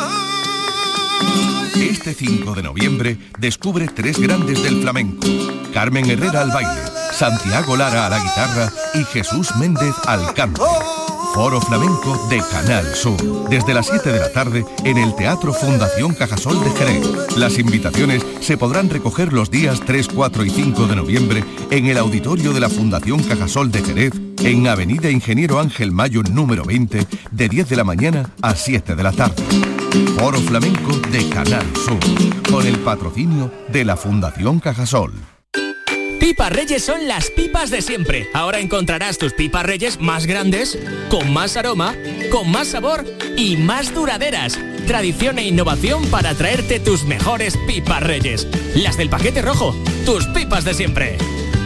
Este cinco de noviembre descubre tres grandes del flamenco: Carmen Herrera al baile, Santiago Lara a la guitarra y Jesús Méndez al cante. Foro Flamenco de Canal Sur, desde las siete de la tarde en el Teatro Fundación Cajasol de Jerez. Las invitaciones se podrán recoger los días tres, cuatro y cinco de noviembre en el auditorio de la Fundación Cajasol de Jerez, en Avenida Ingeniero Ángel Mayo número veinte, de diez de la mañana a siete de la tarde. Foro Flamenco de Canal Sur, con el patrocinio de la Fundación Cajasol. Pipas Reyes son las pipas de siempre. Ahora encontrarás tus pipas Reyes más grandes, con más aroma, con más sabor y más duraderas. Tradición e innovación para traerte tus mejores pipas Reyes. Las del paquete rojo, tus pipas de siempre.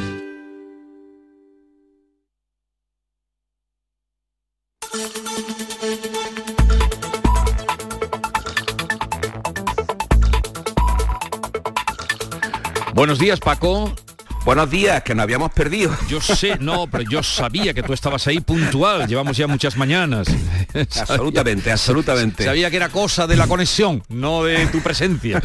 Buenos días, Paco. Buenos días, que nos habíamos perdido. Yo sé, no, pero yo sabía que tú estabas ahí puntual. Llevamos ya muchas mañanas. Absolutamente, sabía, absolutamente. Sabía que era cosa de la conexión, no de tu presencia.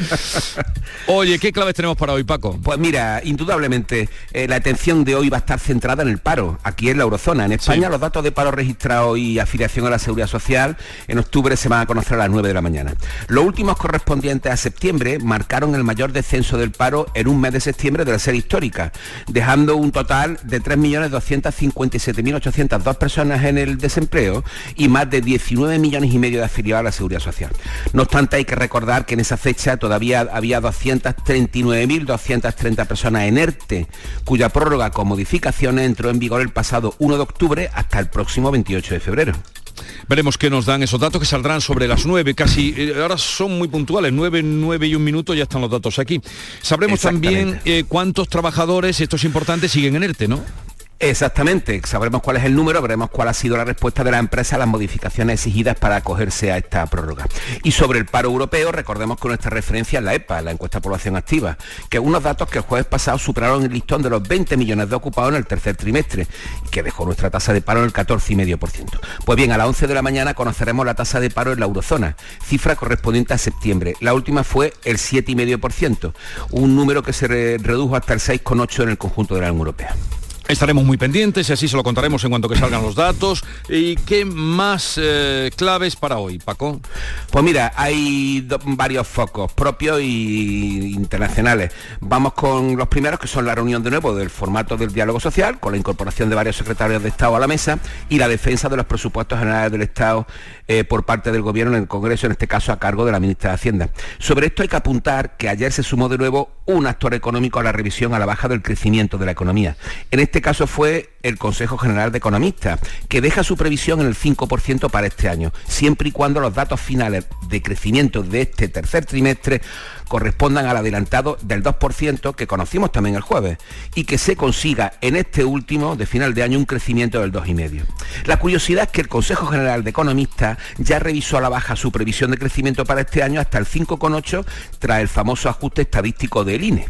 Oye, ¿qué claves tenemos para hoy, Paco? Pues mira, indudablemente, eh, la atención de hoy va a estar centrada en el paro, aquí en la eurozona. En España, sí. Los datos de paro registrados y afiliación a la Seguridad Social en octubre se van a conocer a las nueve de la mañana. Los últimos correspondientes a septiembre marcaron el mayor descenso del paro en un mes de septiembre de la serie histórica, dejando un total de tres millones doscientos cincuenta y siete mil ochocientas dos personas en el desempleo y más de diecinueve millones y medio de afiliados a la Seguridad Social. No obstante, hay que recordar que en esa fecha todavía había doscientas treinta y nueve mil doscientas treinta personas en ERTE, cuya prórroga con modificaciones entró en vigor el pasado uno de octubre hasta el próximo veintiocho de febrero. Veremos qué nos dan esos datos que saldrán sobre las nueve, casi, eh, ahora son muy puntuales, nueve, nueve y un minuto ya están los datos aquí. Sabremos también eh, cuántos trabajadores, esto es importante, siguen en ERTE, ¿no? Exactamente, sabremos cuál es el número, veremos cuál ha sido la respuesta de la empresa a las modificaciones exigidas para acogerse a esta prórroga. Y sobre el paro europeo, recordemos que nuestra referencia es la EPA, la encuesta de población activa, que unos datos que el jueves pasado superaron el listón de los veinte millones de ocupados en el tercer trimestre, que dejó nuestra tasa de paro en el catorce coma cinco por ciento. Pues bien, a las once de la mañana conoceremos la tasa de paro en la eurozona, cifra correspondiente a septiembre. La última fue el siete coma cinco por ciento, un número que se re- redujo hasta el seis coma ocho por ciento en el conjunto de la Unión Europea. Estaremos muy pendientes y así se lo contaremos en cuanto que salgan los datos. ¿Y qué más eh, claves para hoy, Paco? Pues mira, hay do- varios focos propios y internacionales. Vamos con los primeros, que son la reunión de nuevo del formato del diálogo social, con la incorporación de varios secretarios de Estado a la mesa y la defensa de los presupuestos generales del Estado eh, por parte del Gobierno en el Congreso, en este caso a cargo de la ministra de Hacienda. Sobre esto hay que apuntar que ayer se sumó de nuevo un actor económico a la revisión a la baja del crecimiento de la economía. En este caso fue el Consejo General de Economistas, que deja su previsión en el cinco por ciento para este año, siempre y cuando los datos finales de crecimiento de este tercer trimestre correspondan al adelantado del dos por ciento que conocimos también el jueves, y que se consiga en este último, de final de año, un crecimiento del dos coma cinco. La curiosidad es que el Consejo General de Economistas ya revisó a la baja su previsión de crecimiento para este año hasta el cinco coma ocho tras el famoso ajuste estadístico del I N E.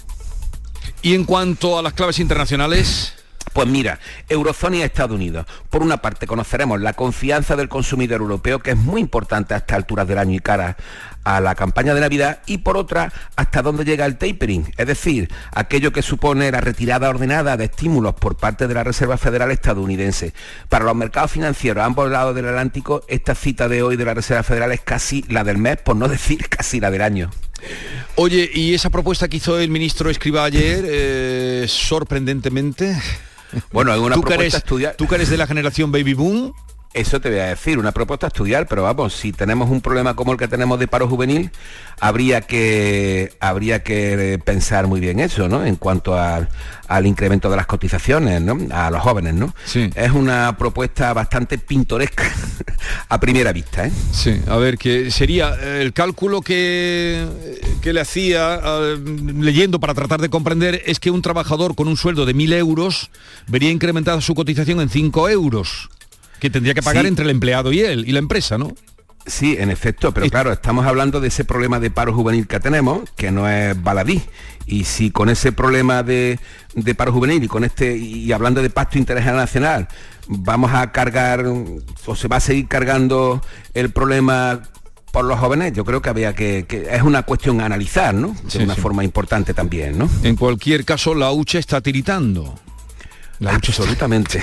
Y en cuanto a las claves internacionales... Pues mira, Eurozona y Estados Unidos. Por una parte conoceremos la confianza del consumidor europeo, que es muy importante a estas alturas del año y cara a la campaña de Navidad, y por otra, hasta dónde llega el tapering, es decir, aquello que supone la retirada ordenada de estímulos por parte de la Reserva Federal estadounidense. Para los mercados financieros a ambos lados del Atlántico, esta cita de hoy de la Reserva Federal es casi la del mes, por no decir casi la del año. Oye, ¿y esa propuesta que hizo el ministro Escrivá ayer, eh, sorprendentemente? Bueno, es una ¿Tú propuesta que eres, a estudiar. ¿Tú que eres de la generación Baby Boom? Eso te voy a decir, una propuesta a estudiar, pero vamos, si tenemos un problema como el que tenemos de paro juvenil, habría que habría que pensar muy bien eso, ¿no? En cuanto a, al incremento de las cotizaciones, ¿no? A los jóvenes, ¿no? Sí. Es una propuesta bastante pintoresca a primera vista, ¿eh? Sí, a ver, que sería el cálculo que, que le hacía, uh, leyendo para tratar de comprender, es que un trabajador con un sueldo de mil euros vería incrementada su cotización en cinco euros. Que tendría que pagar sí. entre el empleado y él, y la empresa, ¿no? Sí, en efecto, pero claro, estamos hablando de ese problema de paro juvenil que tenemos, que no es baladí. Y si con ese problema de, de paro juvenil y con este y hablando de pacto intergeneracional vamos a cargar, o se va a seguir cargando el problema por los jóvenes, yo creo que había que, que es una cuestión a analizar, ¿no? De sí, una sí. forma importante también, ¿no? En cualquier caso, la hucha está tiritando. La Absolutamente.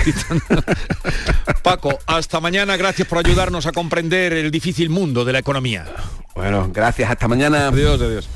Paco, hasta mañana, gracias por ayudarnos a comprender el difícil mundo de la economía. Bueno, gracias, hasta mañana. Adiós, adiós.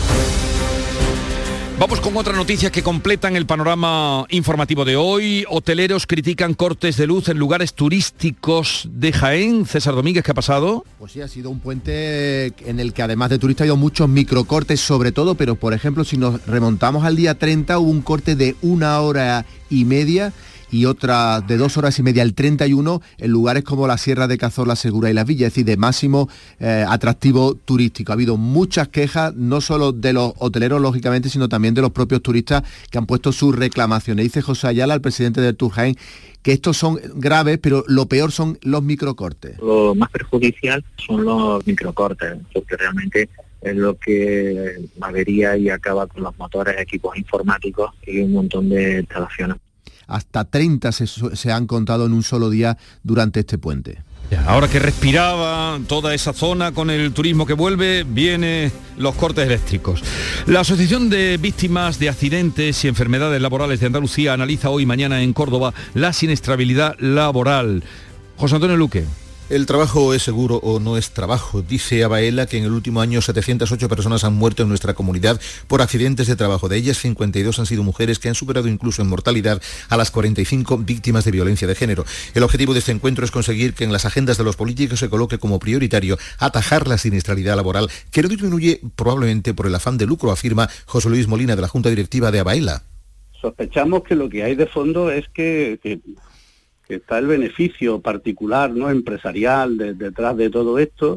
Vamos con otras noticias que completan el panorama informativo de hoy. Hoteleros critican cortes de luz en lugares turísticos de Jaén. César Domínguez, ¿qué ha pasado? Pues sí, ha sido un puente en el que además de turistas ha habido muchos microcortes sobre todo, pero por ejemplo si nos remontamos al día treinta hubo un corte de una hora y media y otra de dos horas y media el treinta y uno en lugares como la Sierra de Cazorla, Segura y Las Villas, es decir, de máximo eh, atractivo turístico. Ha habido muchas quejas, no solo de los hoteleros, lógicamente, sino también de los propios turistas que han puesto sus reclamaciones. Dice José Ayala, el presidente del Tour Jaén, que estos son graves, pero lo peor son los microcortes. Lo más perjudicial son los microcortes, porque realmente es lo que avería y acaba con los motores, equipos informáticos y un montón de instalaciones. Hasta treinta se, se han contado en un solo día durante este puente. Ahora que respiraba toda esa zona con el turismo que vuelve, vienen los cortes eléctricos. La Asociación de Víctimas de Accidentes y Enfermedades Laborales de Andalucía analiza hoy y mañana en Córdoba la siniestrabilidad laboral. José Antonio Luque. El trabajo es seguro o no es trabajo. Dice Abaela que en el último año setecientas ocho personas han muerto en nuestra comunidad por accidentes de trabajo. De ellas, cincuenta y dos han sido mujeres que han superado incluso en mortalidad a las cuarenta y cinco víctimas de violencia de género. El objetivo de este encuentro es conseguir que en las agendas de los políticos se coloque como prioritario atajar la siniestralidad laboral, que no disminuye probablemente por el afán de lucro, afirma José Luis Molina de la Junta Directiva de Abaela. Sospechamos que lo que hay de fondo es que... que... que está el beneficio particular, ¿no?, empresarial de, detrás de todo esto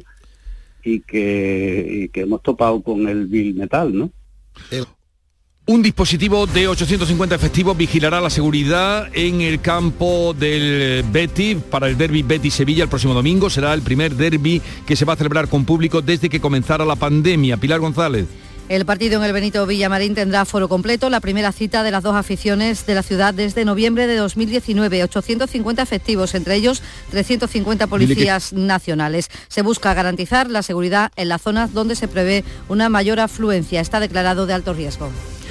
y que, y que hemos topado con el vil metal, ¿no? El... Un dispositivo de ochocientos cincuenta efectivos vigilará la seguridad en el campo del Betis para el derbi Betis-Sevilla el próximo domingo. Será el primer derbi que se va a celebrar con público desde que comenzara la pandemia. Pilar González. El partido en el Benito Villamarín tendrá aforo completo, la primera cita de las dos aficiones de la ciudad desde noviembre de dos mil diecinueve. ochocientos cincuenta efectivos, entre ellos trescientos cincuenta policías que... nacionales. Se busca garantizar la seguridad en las zonas donde se prevé una mayor afluencia. Está declarado de alto riesgo.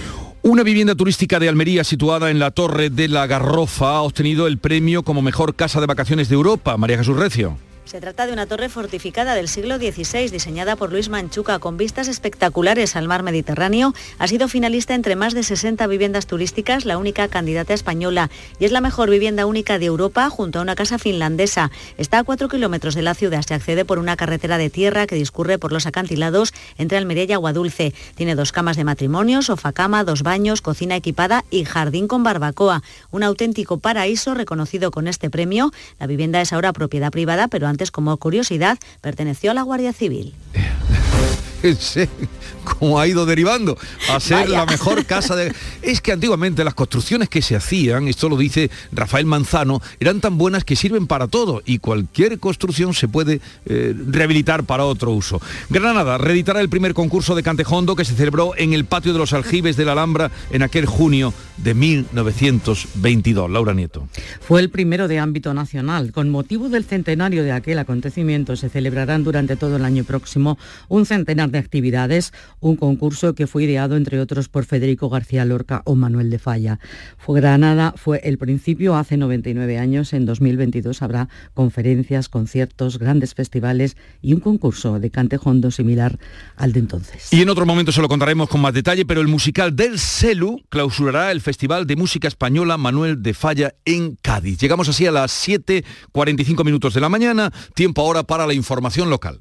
Una vivienda turística de Almería situada en la Torre de la Garrofa ha obtenido el premio como mejor casa de vacaciones de Europa. María Jesús Recio. Se trata de una torre fortificada del siglo dieciséis, diseñada por Luis Manchuca, con vistas espectaculares al mar Mediterráneo. Ha sido finalista entre más de sesenta viviendas turísticas, la única candidata española, y es la mejor vivienda única de Europa, junto a una casa finlandesa. Está a cuatro kilómetros de la ciudad, se accede por una carretera de tierra que discurre por los acantilados entre Almería y Aguadulce. Tiene dos camas de matrimonio, sofá-cama, dos baños, cocina equipada y jardín con barbacoa. Un auténtico paraíso reconocido con este premio. La vivienda es ahora propiedad privada, pero antes, como curiosidad, perteneció a la Guardia Civil. Sí, cómo ha ido derivando a ser Vaya. la mejor casa de... Es que antiguamente las construcciones que se hacían, esto lo dice Rafael Manzano, eran tan buenas que sirven para todo y cualquier construcción se puede eh, rehabilitar para otro uso. Granada reeditará el primer concurso de cantejondo que se celebró en el patio de los Aljibes de la Alhambra en aquel junio de mil novecientos veintidós. Laura Nieto. Fue el primero de ámbito nacional. Con motivo del centenario de aquel acontecimiento se celebrarán durante todo el año próximo un centenar de actividades, un concurso que fue ideado entre otros por Federico García Lorca o Manuel de Falla. Fue Granada fue el principio hace noventa y nueve años. En dos mil veintidós habrá conferencias, conciertos, grandes festivales y un concurso de cantejondo similar al de entonces. Y en otro momento se lo contaremos con más detalle, pero el musical del Celu clausurará el Festival de Música Española Manuel de Falla en Cádiz. Llegamos así a las siete cuarenta y cinco minutos de la mañana, tiempo ahora para la información local.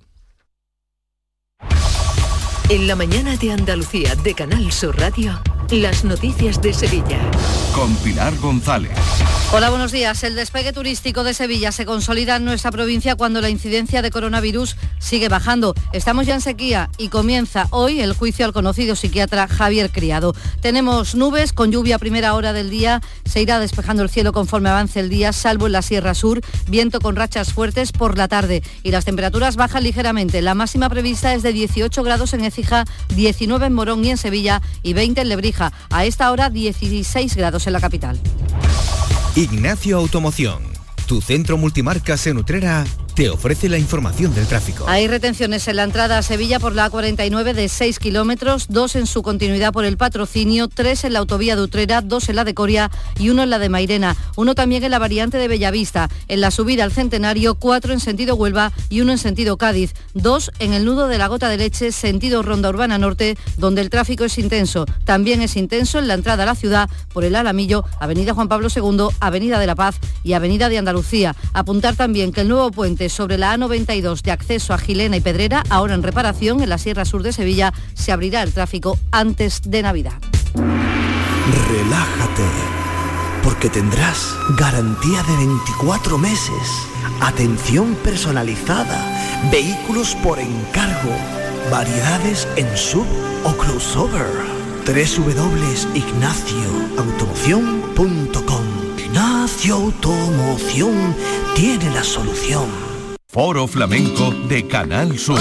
En la mañana de Andalucía de Canal Sur Radio, las noticias de Sevilla. Con Pilar González. Hola, buenos días. El despegue turístico de Sevilla se consolida en nuestra provincia cuando la incidencia de coronavirus sigue bajando. Estamos ya en sequía y comienza hoy el juicio al conocido psiquiatra Javier Criado. Tenemos nubes con lluvia a primera hora del día. Se irá despejando el cielo conforme avance el día, salvo en la Sierra Sur. Viento con rachas fuertes por la tarde. Y las temperaturas bajan ligeramente. La máxima prevista es de dieciocho grados en Écija, diecinueve en Morón y en Sevilla y veinte en Lebrija. A esta hora dieciséis grados en la capital. Ignacio Automoción, tu centro multimarcas en Utrera, te ofrece la información del tráfico. Hay retenciones en la entrada a Sevilla por la A cuarenta y nueve de seis kilómetros, dos en su continuidad por el Patrocinio, tres en la autovía de Utrera, dos en la de Coria y uno en la de Mairena, uno también en la variante de Bellavista, en la subida al Centenario, cuatro en sentido Huelva y uno en sentido Cádiz, dos en el nudo de la Gota de Leche, sentido Ronda Urbana Norte, donde el tráfico es intenso. También es intenso en la entrada a la ciudad por el Alamillo, Avenida Juan Pablo segundo, Avenida de la Paz y Avenida de Andalucía. Apuntar también que el nuevo puente sobre la A noventa y dos de acceso a Gilena y Pedrera, ahora en reparación en la Sierra Sur de Sevilla, se abrirá el tráfico antes de Navidad. Relájate, porque tendrás garantía de veinticuatro meses, atención personalizada, vehículos por encargo, variedades en sub o crossover. doble u doble u doble u punto ignacio automoción punto com. Ignacio Automoción tiene la solución. Foro Flamenco de Canal Sur.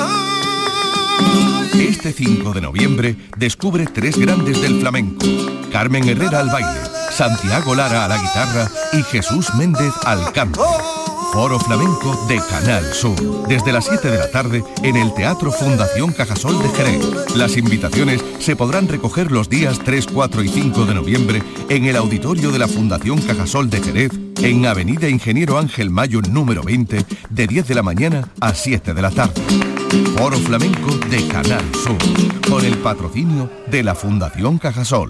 Este cinco de noviembre descubre tres grandes del flamenco: Carmen Herrera al baile, Santiago Lara a la guitarra y Jesús Méndez al canto. Foro Flamenco de Canal Sur, desde las siete de la tarde en el Teatro Fundación Cajasol de Jerez. Las invitaciones se podrán recoger los días tres, cuatro y cinco de noviembre en el auditorio de la Fundación Cajasol de Jerez, en Avenida Ingeniero Ángel Mayo número veinte, de diez de la mañana a siete de la tarde. Foro Flamenco de Canal Sur, con el patrocinio de la Fundación Cajasol.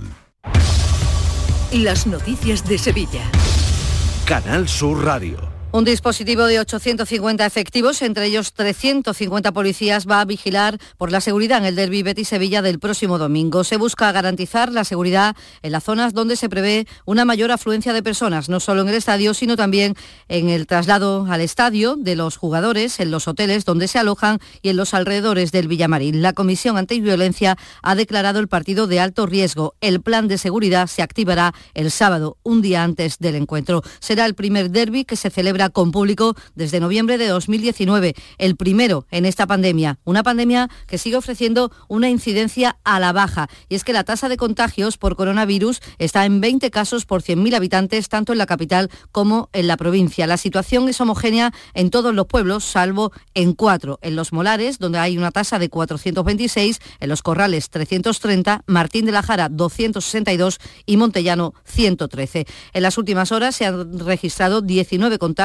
Las noticias de Sevilla. Canal Sur Radio. Un dispositivo de ochocientos cincuenta efectivos, entre ellos trescientos cincuenta policías, va a vigilar por la seguridad en el derbi Betis-Sevilla del próximo domingo. Se busca garantizar la seguridad en las zonas donde se prevé una mayor afluencia de personas, no solo en el estadio, sino también en el traslado al estadio de los jugadores, en los hoteles donde se alojan y en los alrededores del Villamarín. La Comisión Antiviolencia ha declarado el partido de alto riesgo. El plan de seguridad se activará el sábado, un día antes del encuentro. Será el primer derbi que se celebra con público desde noviembre de dos mil diecinueve, el primero en esta pandemia, una pandemia que sigue ofreciendo una incidencia a la baja, y es que la tasa de contagios por coronavirus está en veinte casos por cien mil habitantes, tanto en la capital como en la provincia. La situación es homogénea en todos los pueblos, salvo en cuatro: en Los Molares, donde hay una tasa de cuatrocientos veintiséis, en Los Corrales trescientos treinta, Martín de la Jara doscientos sesenta y dos y Montellano ciento trece. En las últimas horas se han registrado diecinueve contagios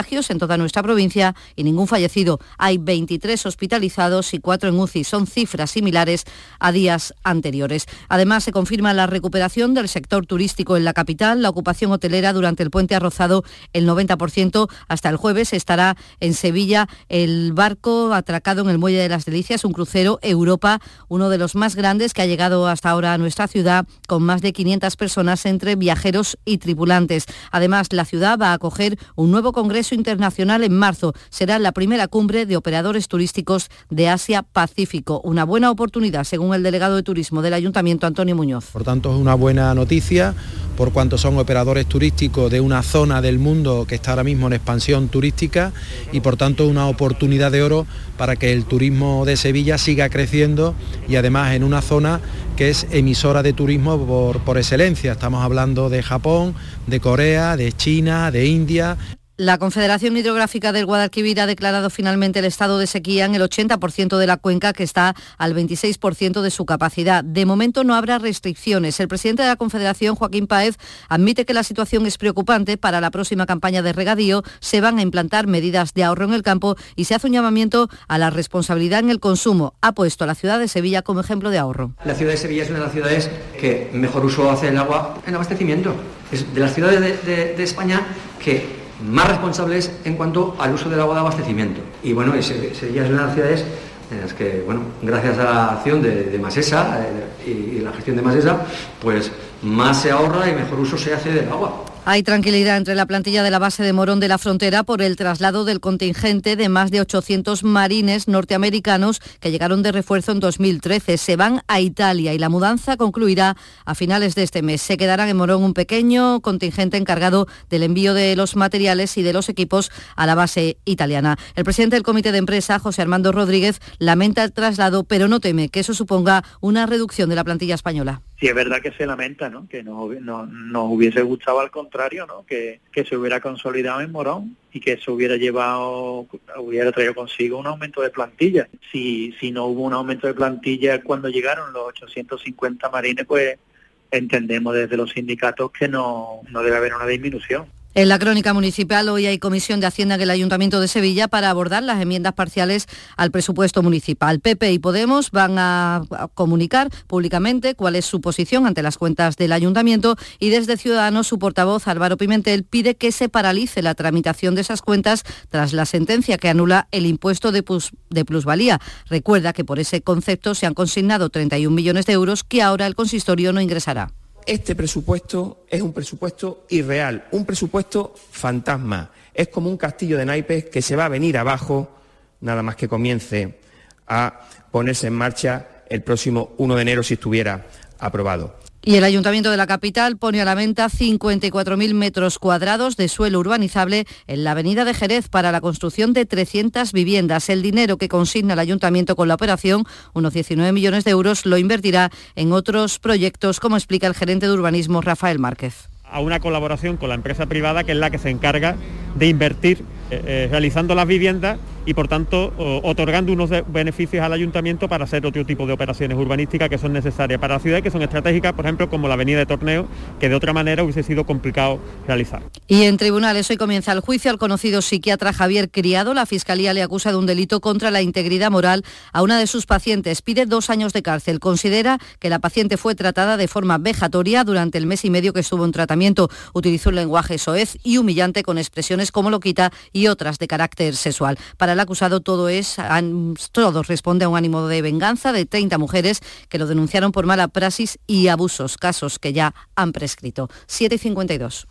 contagios en toda nuestra provincia y ningún fallecido. Hay veintitrés hospitalizados y cuatro en U C I. Son cifras similares a días anteriores. Además, se confirma la recuperación del sector turístico en la capital. La ocupación hotelera durante el puente ha rozado el noventa por ciento. Hasta el jueves estará en Sevilla el barco atracado en el Muelle de las Delicias, un crucero Europa, uno de los más grandes que ha llegado hasta ahora a nuestra ciudad, con más de quinientas personas entre viajeros y tripulantes. Además, la ciudad va a acoger un nuevo congreso internacional en marzo. Será la primera cumbre de operadores turísticos de Asia-Pacífico. Una buena oportunidad, según el delegado de Turismo del Ayuntamiento, Antonio Muñoz. Por tanto, es una buena noticia por cuanto son operadores turísticos de una zona del mundo que está ahora mismo en expansión turística y por tanto una oportunidad de oro para que el turismo de Sevilla siga creciendo y además en una zona que es emisora de turismo por, por excelencia. Estamos hablando de Japón, de Corea, de China, de India. La Confederación Hidrográfica del Guadalquivir ha declarado finalmente el estado de sequía en el ochenta por ciento de la cuenca, que está al veintiséis por ciento de su capacidad. De momento no habrá restricciones. El presidente de la Confederación, Joaquín Páez, admite que la situación es preocupante. Para la próxima campaña de regadío se van a implantar medidas de ahorro en el campo y se hace un llamamiento a la responsabilidad en el consumo. Ha puesto a la ciudad de Sevilla como ejemplo de ahorro. La ciudad de Sevilla es una de las ciudades que mejor uso hace el agua en abastecimiento. Es de las ciudades de, de, de España que más responsables en cuanto al uso del agua de abastecimiento. Y bueno, Sevilla es una de las ciudades en las que, bueno, gracias a la acción de, de Masesa eh, y, y la gestión de Masesa, pues más se ahorra y mejor uso se hace del agua. Hay tranquilidad entre la plantilla de la base de Morón de la Frontera por el traslado del contingente de más de ochocientos marines norteamericanos que llegaron de refuerzo en dos mil trece. Se van a Italia y la mudanza concluirá a finales de este mes. Se quedarán en Morón un pequeño contingente encargado del envío de los materiales y de los equipos a la base italiana. El presidente del comité de empresa, José Armando Rodríguez, lamenta el traslado, pero no teme que eso suponga una reducción de la plantilla española. Sí, es verdad que se lamenta, ¿no? Que nos no, no hubiese gustado, al contrario, ¿no? Que, que se hubiera consolidado en Morón y que eso hubiera llevado, hubiera traído consigo un aumento de plantilla. Si, si no hubo un aumento de plantilla cuando llegaron los ochocientos cincuenta marines, pues entendemos desde los sindicatos que no, no debe haber una disminución. En la crónica municipal hoy hay comisión de Hacienda en el Ayuntamiento de Sevilla para abordar las enmiendas parciales al presupuesto municipal. P P y Podemos van a comunicar públicamente cuál es su posición ante las cuentas del Ayuntamiento y desde Ciudadanos su portavoz Álvaro Pimentel pide que se paralice la tramitación de esas cuentas tras la sentencia que anula el impuesto de, plus, de plusvalía. Recuerda que por ese concepto se han consignado treinta y un millones de euros que ahora el consistorio no ingresará. Este presupuesto es un presupuesto irreal, un presupuesto fantasma. Es como un castillo de naipes que se va a venir abajo nada más que comience a ponerse en marcha el próximo uno de enero si estuviera aprobado. Y el Ayuntamiento de la capital pone a la venta cincuenta y cuatro mil metros cuadrados de suelo urbanizable en la avenida de Jerez para la construcción de trescientas viviendas. El dinero que consigna el Ayuntamiento con la operación, unos diecinueve millones de euros, lo invertirá en otros proyectos, como explica el gerente de urbanismo Rafael Márquez. A una colaboración con la empresa privada que es la que se encarga de invertir eh, eh, realizando las viviendas y por tanto o, otorgando unos beneficios al ayuntamiento para hacer otro tipo de operaciones urbanísticas que son necesarias para la ciudad y que son estratégicas, por ejemplo, como la avenida de Torneo, que de otra manera hubiese sido complicado realizar. Y en tribunales hoy comienza el juicio al conocido psiquiatra Javier Criado. La Fiscalía le acusa de un delito contra la integridad moral a una de sus pacientes. Pide dos años de cárcel. Considera que la paciente fue tratada de forma vejatoria durante el mes y medio que estuvo en tratamiento. Utilizó un lenguaje soez y humillante con expresiones como loquita y otras de carácter sexual. Para el acusado todo es, todo responde a un ánimo de venganza de treinta mujeres que lo denunciaron por mala praxis y abusos, casos que ya han prescrito. siete y cincuenta y dos.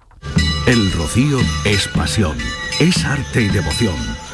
El Rocío es pasión, es arte y devoción.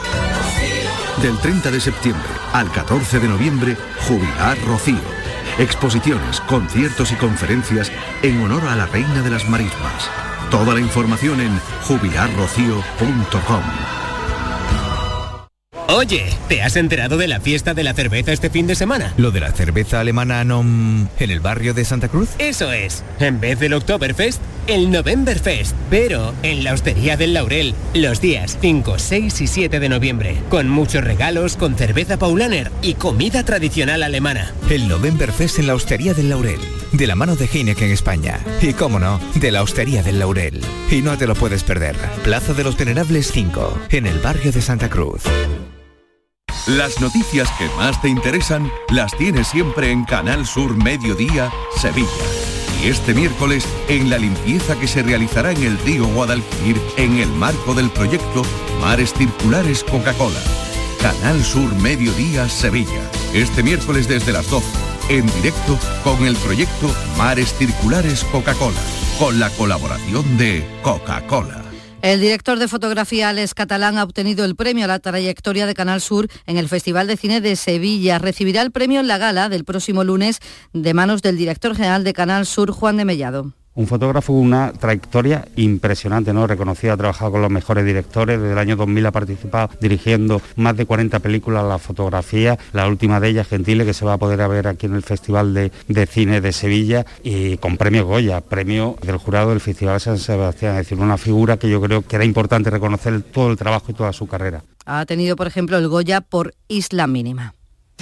Del treinta de septiembre al catorce de noviembre, Jubilar Rocío. Exposiciones, conciertos y conferencias en honor a la Reina de las Marismas. Toda la información en jubilar rocío punto com. Oye, ¿te has enterado de la fiesta de la cerveza este fin de semana? ¿Lo de la cerveza alemana no... en el barrio de Santa Cruz? Eso es. En vez del Oktoberfest, el Novemberfest. Pero en la Hostería del Laurel, los días cinco, seis y siete de noviembre. Con muchos regalos, con cerveza Paulaner y comida tradicional alemana. El Novemberfest en la Hostería del Laurel. De la mano de Heineken España. Y cómo no, de la Hostería del Laurel. Y no te lo puedes perder. Plaza de los Venerables cinco, en el barrio de Santa Cruz. Las noticias que más te interesan las tienes siempre en Canal Sur Mediodía, Sevilla. Y este miércoles, en la limpieza que se realizará en el río Guadalquivir en el marco del proyecto Mares Circulares Coca-Cola. Canal Sur Mediodía, Sevilla. Este miércoles desde las doce, en directo con el proyecto Mares Circulares Coca-Cola, con la colaboración de Coca-Cola. El director de fotografía Alex Catalán ha obtenido el premio a la trayectoria de Canal Sur en el Festival de Cine de Sevilla. Recibirá el premio en la gala del próximo lunes de manos del director general de Canal Sur, Juan de Mellado. Un fotógrafo con una trayectoria impresionante, ¿no? Reconocido, ha trabajado con los mejores directores, desde el año dos mil ha participado dirigiendo más de cuarenta películas a la fotografía, la última de ellas, Gentile, que se va a poder ver aquí en el Festival de, de Cine de Sevilla, y con premio Goya, premio del jurado del Festival de San Sebastián, es decir, una figura que yo creo que era importante reconocer todo el trabajo y toda su carrera. Ha tenido, por ejemplo, el Goya por Isla Mínima.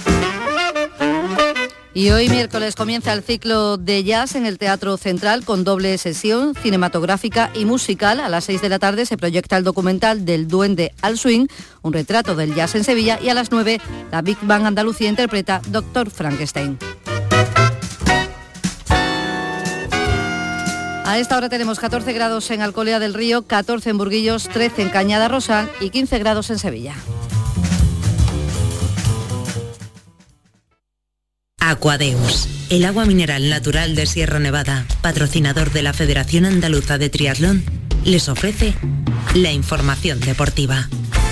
Y hoy miércoles comienza el ciclo de jazz en el Teatro Central con doble sesión cinematográfica y musical. A las seis de la tarde se proyecta el documental del Duende al Swing, un retrato del jazz en Sevilla, y a las nueve la Big Band Andalucía interpreta Doctor Frankenstein. A esta hora tenemos catorce grados en Alcolea del Río, catorce en Burguillos, trece en Cañada Rosal y quince grados en Sevilla. Aquadeus, el agua mineral natural de Sierra Nevada, patrocinador de la Federación Andaluza de Triatlón, les ofrece la información deportiva.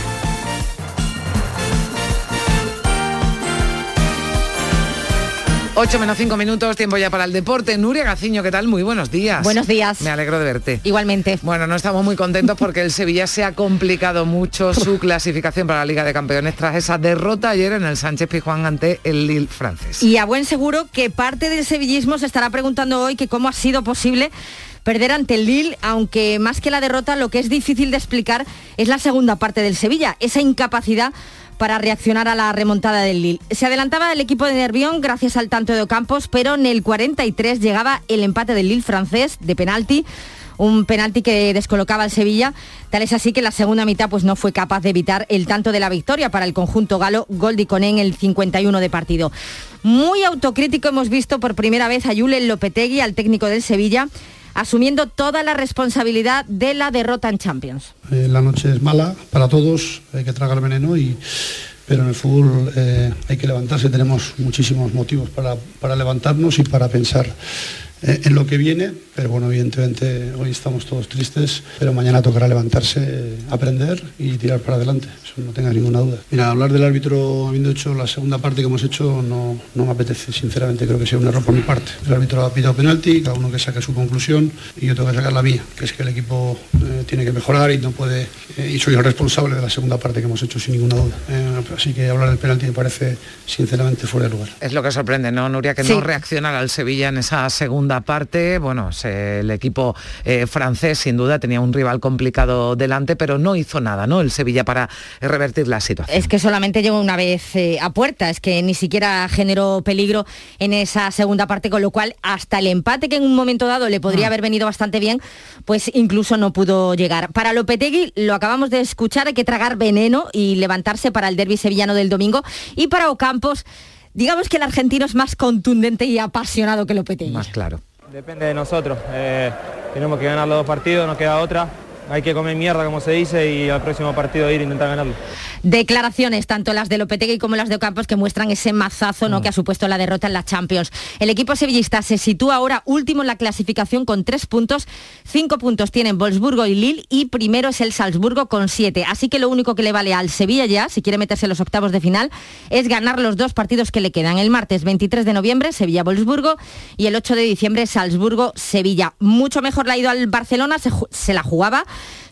ocho menos cinco minutos, tiempo ya para el deporte. Nuria Gaciño, ¿qué tal? Muy buenos días. Buenos días. Me alegro de verte. Igualmente. Bueno, no estamos muy contentos porque el Sevilla se ha complicado mucho su clasificación para la Liga de Campeones tras esa derrota ayer en el Sánchez Pizjuán ante el Lille francés. Y a buen seguro que parte del sevillismo se estará preguntando hoy que cómo ha sido posible perder ante el Lille, aunque más que la derrota lo que es difícil de explicar es la segunda parte del Sevilla, esa incapacidad para reaccionar a la remontada del Lille. Se adelantaba el equipo de Nervión gracias al tanto de Ocampos, pero en el cuarenta y tres llegaba el empate del Lille francés de penalti, un penalti que descolocaba al Sevilla. Tal es así que la segunda mitad pues no fue capaz de evitar el tanto de la victoria para el conjunto galo, gol de Koné en el cincuenta y uno de partido. Muy autocrítico hemos visto por primera vez a Julen Lopetegui, al técnico del Sevilla, asumiendo toda la responsabilidad de la derrota en Champions. Eh, la noche es mala para todos, hay que tragar veneno, y, pero en el fútbol eh, hay que levantarse, tenemos muchísimos motivos para, para levantarnos y para pensar eh, en lo que viene, pero bueno, evidentemente hoy estamos todos tristes, pero mañana tocará levantarse, eh, aprender y tirar para adelante, eso no tenga ninguna duda. Mira, hablar del árbitro habiendo hecho la segunda parte que hemos hecho no, no me apetece, sinceramente creo que sea un error por mi parte. El árbitro ha pitado penalti, cada uno que saque su conclusión y yo tengo que sacar la mía, que es que el equipo eh, tiene que mejorar y no puede, eh, y soy el responsable de la segunda parte que hemos hecho sin ninguna duda. Eh, así que hablar del penalti me parece sinceramente fuera de lugar. Es lo que sorprende, ¿no, Nuria? Que sí. No reaccionara al Sevilla en esa segunda parte. Bueno, se, el equipo eh, francés sin duda tenía un rival complicado delante, pero no hizo nada, ¿no? El Sevilla para revertir la situación. Es que solamente llegó una vez eh, a puerta, es que ni siquiera generó peligro en esa segunda parte, con lo cual hasta el empate, que en un momento dado le podría ah. haber venido bastante bien, pues incluso no pudo llegar. Para Lopetegui, lo acabamos de escuchar, hay que tragar veneno y levantarse para el derbi sevillano del domingo. Y para Ocampos, digamos que el argentino es más contundente y apasionado que Lopetegui. Más claro. Depende de nosotros, eh, tenemos que ganar los dos partidos, no queda otra. Hay que comer mierda, como se dice, y al próximo partido ir a intentar ganarlo. Declaraciones, tanto las de Lopetegui como las de Ocampos, que muestran ese mazazo, ¿no?, que ha supuesto la derrota en la Champions. El equipo sevillista se sitúa ahora último en la clasificación con tres puntos. Cinco puntos tienen Wolfsburgo y Lille, y primero es el Salzburgo con siete. Así que lo único que le vale al Sevilla ya, si quiere meterse en los octavos de final, es ganar los dos partidos que le quedan. El martes veintitrés de noviembre, Sevilla-Wolfsburgo, y el ocho de diciembre, Salzburgo-Sevilla. Mucho mejor le ha ido al Barcelona, se, se la jugaba.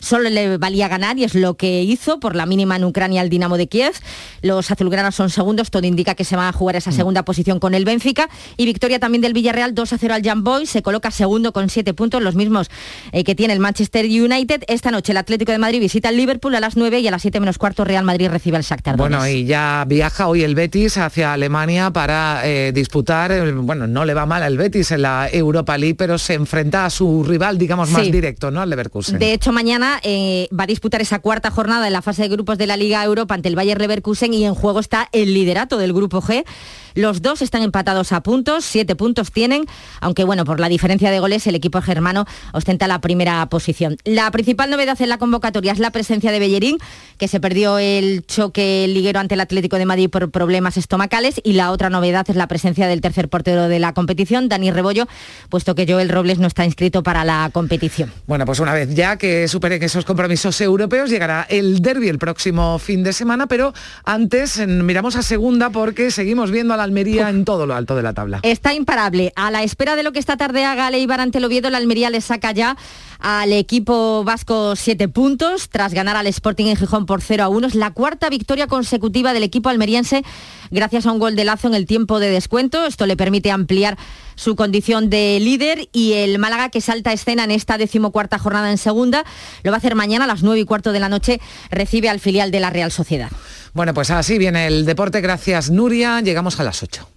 solo le valía ganar y es lo que hizo por la mínima en Ucrania al Dinamo de Kiev. Los azulgranas son segundos, todo indica que se van a jugar esa segunda posición con el Benfica, y victoria también del Villarreal dos a cero al Young Boys, se coloca segundo con siete puntos, los mismos eh, que tiene el Manchester United. Esta noche el Atlético de Madrid visita al Liverpool a las nueve y a las siete menos cuarto Real Madrid recibe al Shakhtar Donetsk. Bueno, y ya viaja hoy el Betis hacia Alemania para eh, disputar, eh, bueno, no le va mal al Betis en la Europa League, pero se enfrenta a su rival, digamos, más sí. directo, ¿no? Al Leverkusen. De hecho, mañana eh, va a disputar esa cuarta jornada en la fase de grupos de la Liga Europa ante el Bayer Leverkusen, y en juego está el liderato del grupo G. Los dos están empatados a puntos, siete puntos tienen, aunque bueno, por la diferencia de goles el equipo germano ostenta la primera posición. La principal novedad en la convocatoria es la presencia de Bellerín, que se perdió el choque liguero ante el Atlético de Madrid por problemas estomacales, y la otra novedad es la presencia del tercer portero de la competición, Dani Rebollo, puesto que Joel Robles no está inscrito para la competición. Bueno, pues una vez ya que superen esos compromisos europeos, llegará el derbi el próximo fin de semana, pero antes miramos a segunda porque seguimos viendo a la Almería en todo lo alto de la tabla. Está imparable. A la espera de lo que esta tarde haga el Eibar ante el Oviedo, la Almería le saca ya al equipo vasco siete puntos tras ganar al Sporting en Gijón por cero a uno. Es la cuarta victoria consecutiva del equipo almeriense gracias a un gol de Lazo en el tiempo de descuento. Esto le permite ampliar su condición de líder, y el Málaga, que salta a escena en esta decimocuarta jornada en segunda, lo va a hacer mañana a las nueve y cuarto de la noche, recibe al filial de la Real Sociedad. Bueno, pues así viene el deporte. Gracias, Nuria. Llegamos a las ocho.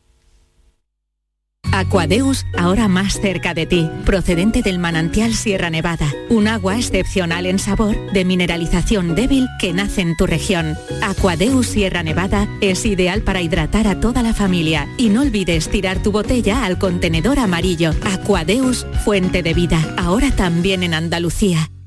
Aquadeus, ahora más cerca de ti, procedente del manantial Sierra Nevada, un agua excepcional en sabor, de mineralización débil que nace en tu región. Aquadeus Sierra Nevada es ideal para hidratar a toda la familia, y no olvides tirar tu botella al contenedor amarillo. Aquadeus, fuente de vida, ahora también en Andalucía.